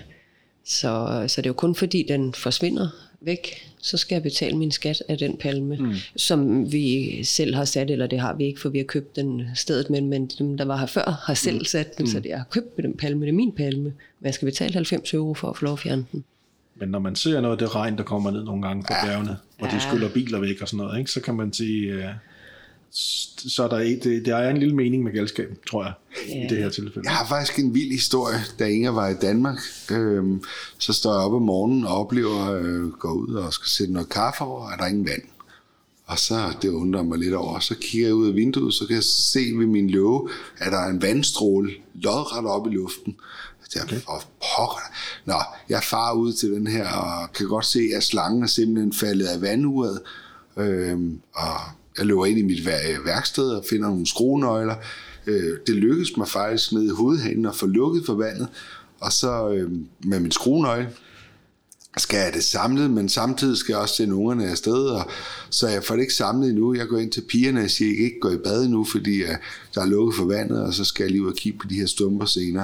så, så det er jo kun fordi, den forsvinder væk, så skal jeg betale min skat af den palme, mm. som vi selv har sat, eller det har vi ikke, for vi har købt den stedet, men, men dem, der var her før, har selv sat den, mm. så det, jeg har købt den palme, det er min palme, men jeg skal betale halvfems euro for at få lov at fjerne den. Men når man ser noget af det regn, der kommer ned nogle gange på ja. bjergene, hvor ja. de skyller biler væk og sådan noget, ikke, så kan man sige, uh, så er der, et, det, der er en lille mening med galskaben, tror jeg, ja. i det her tilfælde. Jeg har faktisk en vild historie, da Inger var i Danmark. Øhm, så står jeg op om morgenen og oplever, øh, går ud og skal sætte noget kaffe over, og der er ingen vand. Og så, det undrer mig lidt over, så kigger jeg ud af vinduet, så kan jeg se ved min låge, at der er en vandstråle lodret op i luften. Jeg tænker, for pokker. Nå, jeg farer ud til den her, og kan godt se, at slangen er simpelthen faldet af vanduret. Øhm, og jeg løber ind i mit værksted og finder nogle skruenøgler. Øh, det lykkedes mig faktisk ned i hovedhanen at få lukket for vandet. Og så øh, med min skruenøgle skal jeg det samlet, men samtidig skal jeg også sende ungerne afsted. Og så jeg får det ikke samlet endnu. Jeg går ind til pigerne og siger, at jeg ikke går i bad endnu, fordi uh, der er lukket for vandet, og så skal jeg lige ud og kigge på de her stumper senere.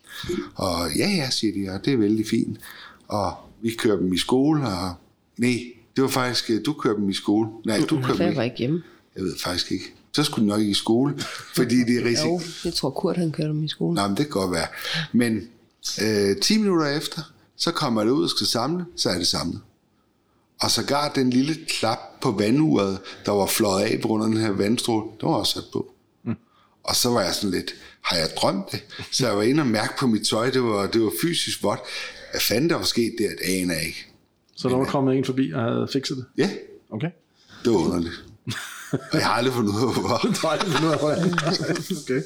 Og ja, ja, siger de, og det er vældig fint. Og vi kører dem i skole, og nej, det var faktisk, du kørte dem i skole. Nej, du kørte dem ikke. Jeg var ikke hjemme. Jeg ved faktisk ikke. Så skulle de nok ikke i skole, fordi det er risiko. Jo, jeg tror Kurt, han kørte dem i skole. Nej, men det kan godt være. Men øh, ti minutter efter, så kommer jeg ud og skal samle, så er det samlet. Og så gar den lille klap på vanduret, der var fløjet af på grund af den her vandstråle, det var også sat på. Mm. Og så var jeg sådan lidt, har jeg drømt det? Så jeg var inde og mærke på mit tøj, det var, det var fysisk vådt. Hvad fanden der var sket der, det aner jeg ikke. Så der var kommet en forbi og havde fikset det? Ja. Okay. Det var underligt. Og jeg har aldrig fundet ud af, hvor. Du har aldrig fundet ud af, hvor. Okay.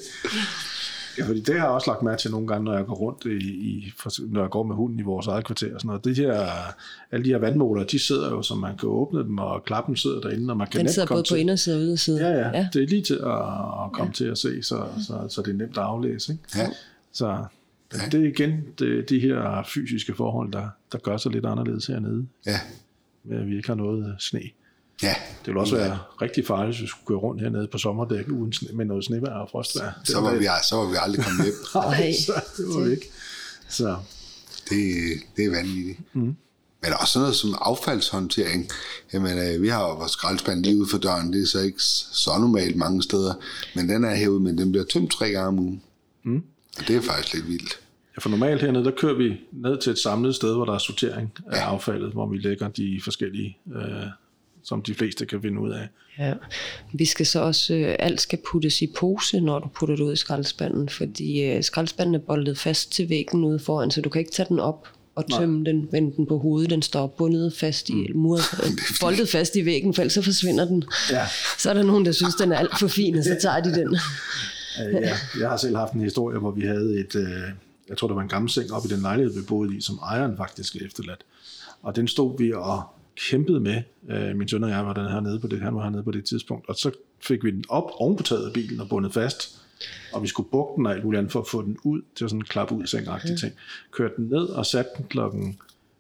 Ja, fordi det har jeg også lagt mærke til nogle gange, når jeg går rundt i, i når jeg går med hunden i vores eget kvarter og sådan noget. Det her, alle de her vandmålere, de sidder jo, så man kan åbne dem, og klappen sidder derinde, og man kan den nemt sidder både på inderside og yderside. Ja, ja, ja, det er lige til at, at komme ja. til at se, så, så, så det er nemt at aflæse. Ikke? Ja. Så ja. det er igen det, de her fysiske forhold, der, der gør sig lidt anderledes hernede. Ja. Med at vi ikke har noget sne. Ja. Det ville også være rigtig farligt, hvis vi skulle køre rundt hernede på sommerdæk uden sne, med noget snevejr og frostvejr. Så var, vi, så var vi aldrig kommet hjem. Nej, så det var vi ikke. Så. Det, det er vanvittigt. Mm. Men også sådan noget som affaldshåndtering. Jamen, vi har jo vores skraldespand lige ude for døren. Det er så ikke så normalt mange steder. Men den er herude, men den bliver tømt tre gange om ugen. Mm. Og det er faktisk lidt vildt. Ja, for normalt hernede, der kører vi ned til et samlet sted, hvor der er sortering af ja. affaldet, hvor vi lægger de forskellige... Øh, som de fleste kan finde ud af. Ja. Vi skal så også, øh, alt skal puttes i pose, når du putter det ud i skraldespanden, fordi øh, skraldespanden er boldet fast til væggen ude foran, så du kan ikke tage den op og tømme Nej. den, vende den på hovedet, den står bundet fast i, mm. muret, boldet fast i væggen, for ellers så forsvinder den. Ja. Så er der nogen, der synes, den er alt for fin, og så tager de den. Ja, jeg har selv haft en historie, hvor vi havde et, øh, jeg tror der var en gammel seng op i den lejlighed, vi boede i, som ejeren faktisk er efterladt. Og den stod vi og kæmpede med. Øh, min søn og jeg var den hernede på det, han var hernede på det tidspunkt, og så fik vi den op oven på taget af bilen og bundet fast, og vi skulle bukke den og alt muligt andet for at få den ud til sådan en klap ud seng-agtig ting. Kørte den ned og satte den klokken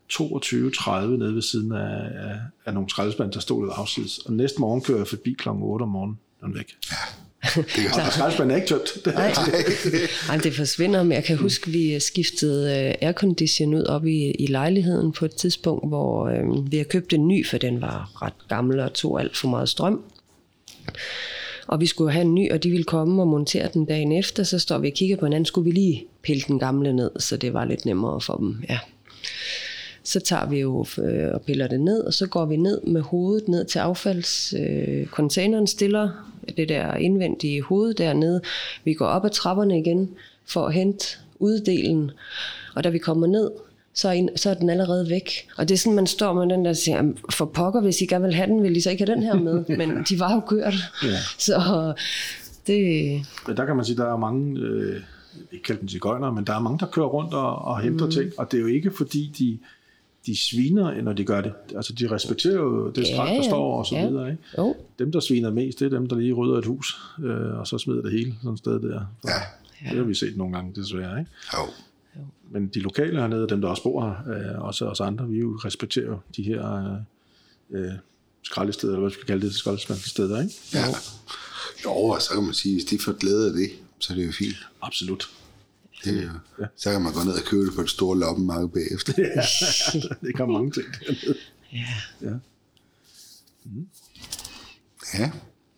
toogtyve tredive nede ved siden af, af, af nogle skraldespande, der stod lidt afsides. Og næste morgen kører jeg forbi klokken otte om morgenen. Den er væk. Ja. Det og skraldespanden er ikke tømt. Nej, Nej, det forsvinder, men jeg kan huske, at vi skiftede aircondition ud op i, i lejligheden på et tidspunkt, hvor øh, vi har købt en ny, for den var ret gammel og tog alt for meget strøm. Og vi skulle have en ny, og de ville komme og montere den dagen efter, så står vi og kigger på hinanden, skulle vi lige pille den gamle ned, så det var lidt nemmere for dem. Ja. Så tager vi jo øh, og piller det ned, og så går vi ned med hovedet ned til affaldscontaineren, øh, stiller det der indvendige hoved dernede. Vi går op ad trapperne igen for at hente uddelen, og da vi kommer ned, så er, en, så er den allerede væk. Og det er sådan, man står med den der og siger, for pokker, hvis I gerne vil have den, vil I så ikke have den her med. Men de var jo kørt. Ja. Så det... Ja, der kan man sige, der er mange, øh, ikke kaldt dem sigøjnere, men der er mange, der kører rundt og, og henter mm. ting. Og det er jo ikke fordi, de, de sviner, når de gør det. Altså, de respekterer jo det skrald, ja, der står og så ja. videre. Ikke? Jo. Dem, der sviner mest, det er dem, der lige rydder et hus, øh, og så smider det hele sådan et sted der. Så, ja. Det har vi set nogle gange, desværre. Ikke? Jo. Men de lokale hernede, dem der også bor her, øh, også os andre, vi jo respekterer de her øh, skraldesteder, eller hvad vi skal kalde det, skraldespandsteder, ikke? Ja. Jo, og så kan man sige, hvis de får glæde af det, så er det jo fint. Absolut. Det er jo, ja. Så kan man gå ned og købe det på et stort loppemarked bagefter. Ja, det kan mange ting dernede. Ja. Ja. Mm. Ja.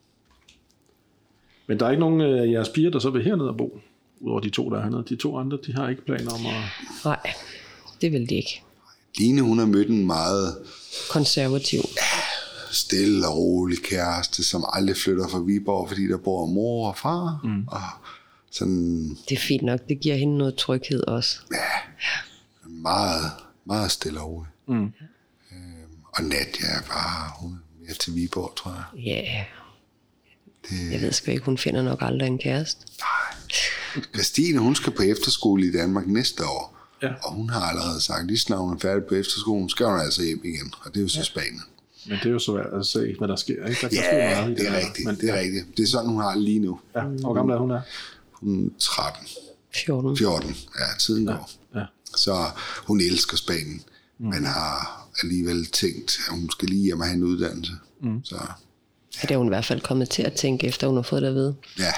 Men der er ikke nogen af jeres piger, der så vil hernede og bo? Udover de to, der er hernede. De to andre, de har ikke planer om at... Nej, det vil de ikke. Line, hun har mødt en meget... konservativ. Stille og rolig kæreste, som aldrig flytter fra Viborg, fordi der bor mor og far. Mm. Og sådan... Det er fint nok, det giver hende noget tryghed også. Ja, meget, meget stille og rolig. Mm. Øhm, og Nadia er bare... Hun er mere til Viborg, tror jeg. Ja. Yeah. Det... Jeg ved sgu ikke, hun finder nok aldrig en kæreste. Nej. Christine, hun skal på efterskole i Danmark næste år, ja. Og hun har allerede sagt, lige snart hun er færdig på efterskolen, skal hun altså hjem igen, og det er jo så ja. Spanien. Men det er jo svært at se, hvad der sker, ikke? Der kan ja, ske meget i det er det rigtigt, men, det er rigtigt. Det er sådan, hun har lige nu. Ja, hvor gammel er hun er? Hun er tretten. fjorten. fjorten, ja, tiden går. Ja. Ja. Så hun elsker Spanien, mm. men har alligevel tænkt, at hun skal lige hjem og have en uddannelse. Mm. Så... Ja, det er hun i hvert fald kommet til at tænke, efter hun har fået det at vide. Ja.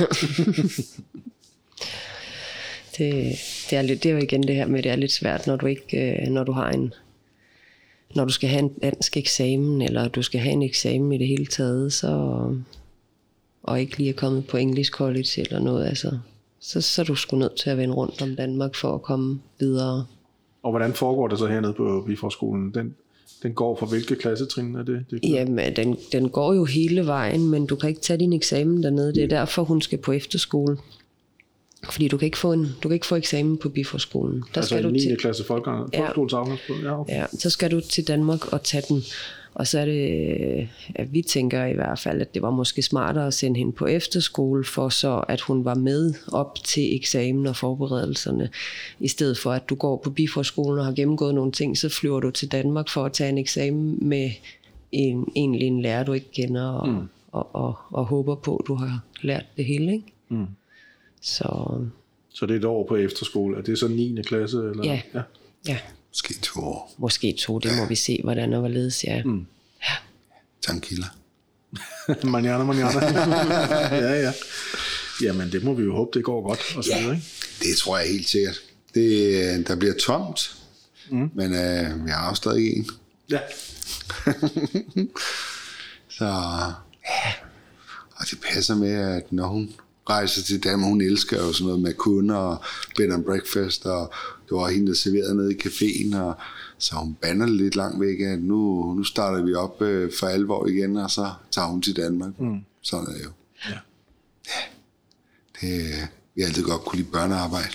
Det, det, er lidt, det er jo igen det her med, det er lidt svært, når du ikke, når du har en, når du skal have en dansk eksamen, eller du skal have en eksamen i det hele taget, så, og ikke lige er kommet på English College eller noget, altså, så, så er du sgu nødt til at vende rundt om Danmark for at komme videre. Og hvordan foregår det så hernede på Viborgskolen? Den, den går fra hvilke klassetrin er det? det Jamen, den, den går jo hele vejen, men du kan ikke tage din eksamen dernede. Det er derfor, hun skal på efterskole. Fordi du kan ikke få en, du kan ikke få eksamen på Viborgskolen. Der altså skal i du niende til klasse folkeskolens ja. afgangspunkt. Ja, okay. Ja, så skal du til Danmark og tage den. Og så er det, at vi tænker i hvert fald, at det var måske smartere at sende hende på efterskole, for så at hun var med op til eksamen og forberedelserne. I stedet for, at du går på Viborgskolen og har gennemgået nogle ting, så flyver du til Danmark for at tage en eksamen med en, egentlig en lærer, du ikke kender, og, mm. og, og, og håber på, at du har lært det hele, ikke? Mm. Så... så det er et år på efterskole. Er det så niende klasse? Eller? Ja. ja. ja. Måske to år. Måske to, det ja. Må vi se, hvordan og hvorledes, ja. Mm. Ja. Tankilla. manjana, manjana. ja, ja. Jamen, det må vi jo håbe, det går godt. Og så ja, videre, ikke? Det tror jeg helt sikkert. Det, der bliver tomt, mm. men øh, jeg har også stadig en. Ja. så ja. Og det passer med, at når hun rejser til Danmark, hun elsker jo sådan noget med kunder og bed and breakfast, og det var hende, der serverede nede i caféen, og så hun bander lidt langt væk, at nu, nu starter vi op øh, for alvor igen, og så tager hun til Danmark. Mm. Sådan er det jo. Ja. Ja. Det, vi har altid godt kunne lide børnearbejde.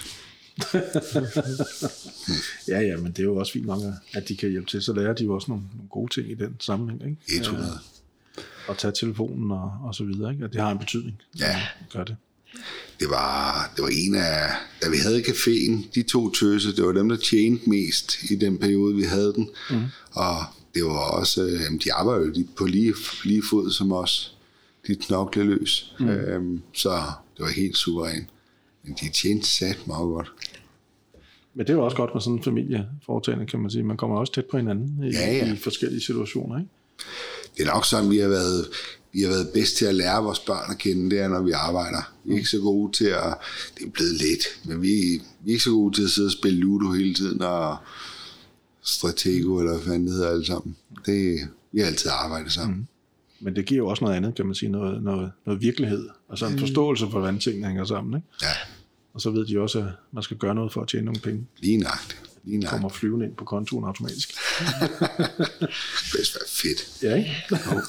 ja, ja, men det er jo også fint mange, at de kan hjælpe til, så lærer de jo også nogle, nogle gode ting i den sammenhæng, ikke? hundrede. Og tage telefonen og, og så videre, ikke? At det har en betydning. Ja. Gør det. Det var, det var en af, da vi havde caféen, de to tøse, det var dem, der tjente mest i den periode, vi havde den. Mm. Og det var også, øh, de arbejder jo på lige, lige fod som os. De knokle løs. Mm. Øhm, så det var helt suverænt. Men de tjente sat meget godt. Men det er jo også godt med sådan en familieforetagende, kan man sige. Man kommer også tæt på hinanden i, ja, ja. i forskellige situationer, ikke? Det er nok sådan, vi har været, vi har været bedst til at lære vores børn at kende, det er, når vi arbejder. Vi er ikke så gode til at, det er blevet lidt, men vi, vi er ikke så gode til at sidde og spille Ludo hele tiden, og Stratego, eller hvad fanden det hedder alle sammen. Det, vi har altid arbejdet sammen. Mm. Men det giver jo også noget andet, kan man sige, noget, noget, noget virkelighed, og så en mm. forståelse for, hvordan tingene hænger sammen, ikke? Ja. Og så ved de også, at man skal gøre noget for at tjene nogle penge. Lige nøjagtigt. Lige nøjagtigt. Kommer flyvende ind på kontoen automatisk. Det er fedt. Ja, ikke?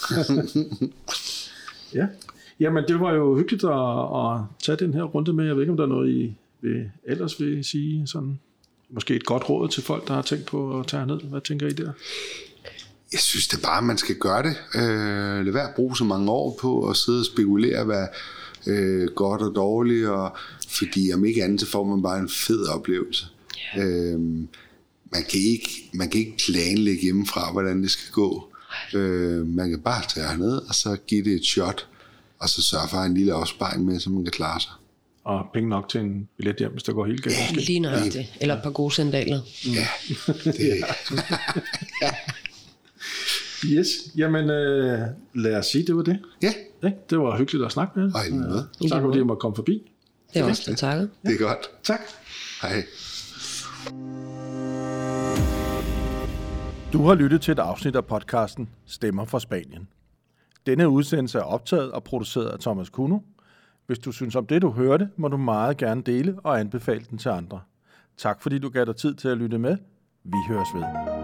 Ja. Jamen, det var jo hyggeligt at, at tage den her runde med. Jeg ved ikke, om der er noget, I vil, ellers vil sige sådan... Måske et godt råd til folk, der har tænkt på at tage ned. Hvad tænker I der? Jeg synes det bare, man skal gøre det. Øh, lad være at bruge så mange år på at sidde og spekulere, hvad øh, godt og dårligt. Og, fordi om ikke andet, så får man bare en fed oplevelse. Yeah. Øh, man, kan ikke, man kan ikke planlægge hjemmefra, hvordan det skal gå. Øh, man kan bare tage herned, og så give det et shot. Og så sørge for en lille opsparing med, så man kan klare sig. Og penge nok til en billet hjem, hvis der går helt galt. Ja, lige nøjagtigt. Eller et par gode sandaler. Ja, det ja. Yes, jamen øh, lad os sige, det var det. Ja. ja det var hyggeligt at snakke med. Ej, lige med. Ja. Tak fordi I måtte komme forbi. Det var også det, tak. Det er godt. Tak. Hej. Du har lyttet til et afsnit af podcasten Stemmer fra Spanien. Denne udsendelse er optaget og produceret af Thomas Kuno. Hvis du synes om det, du hørte, må du meget gerne dele og anbefale den til andre. Tak fordi du gav dig tid til at lytte med. Vi høres ved.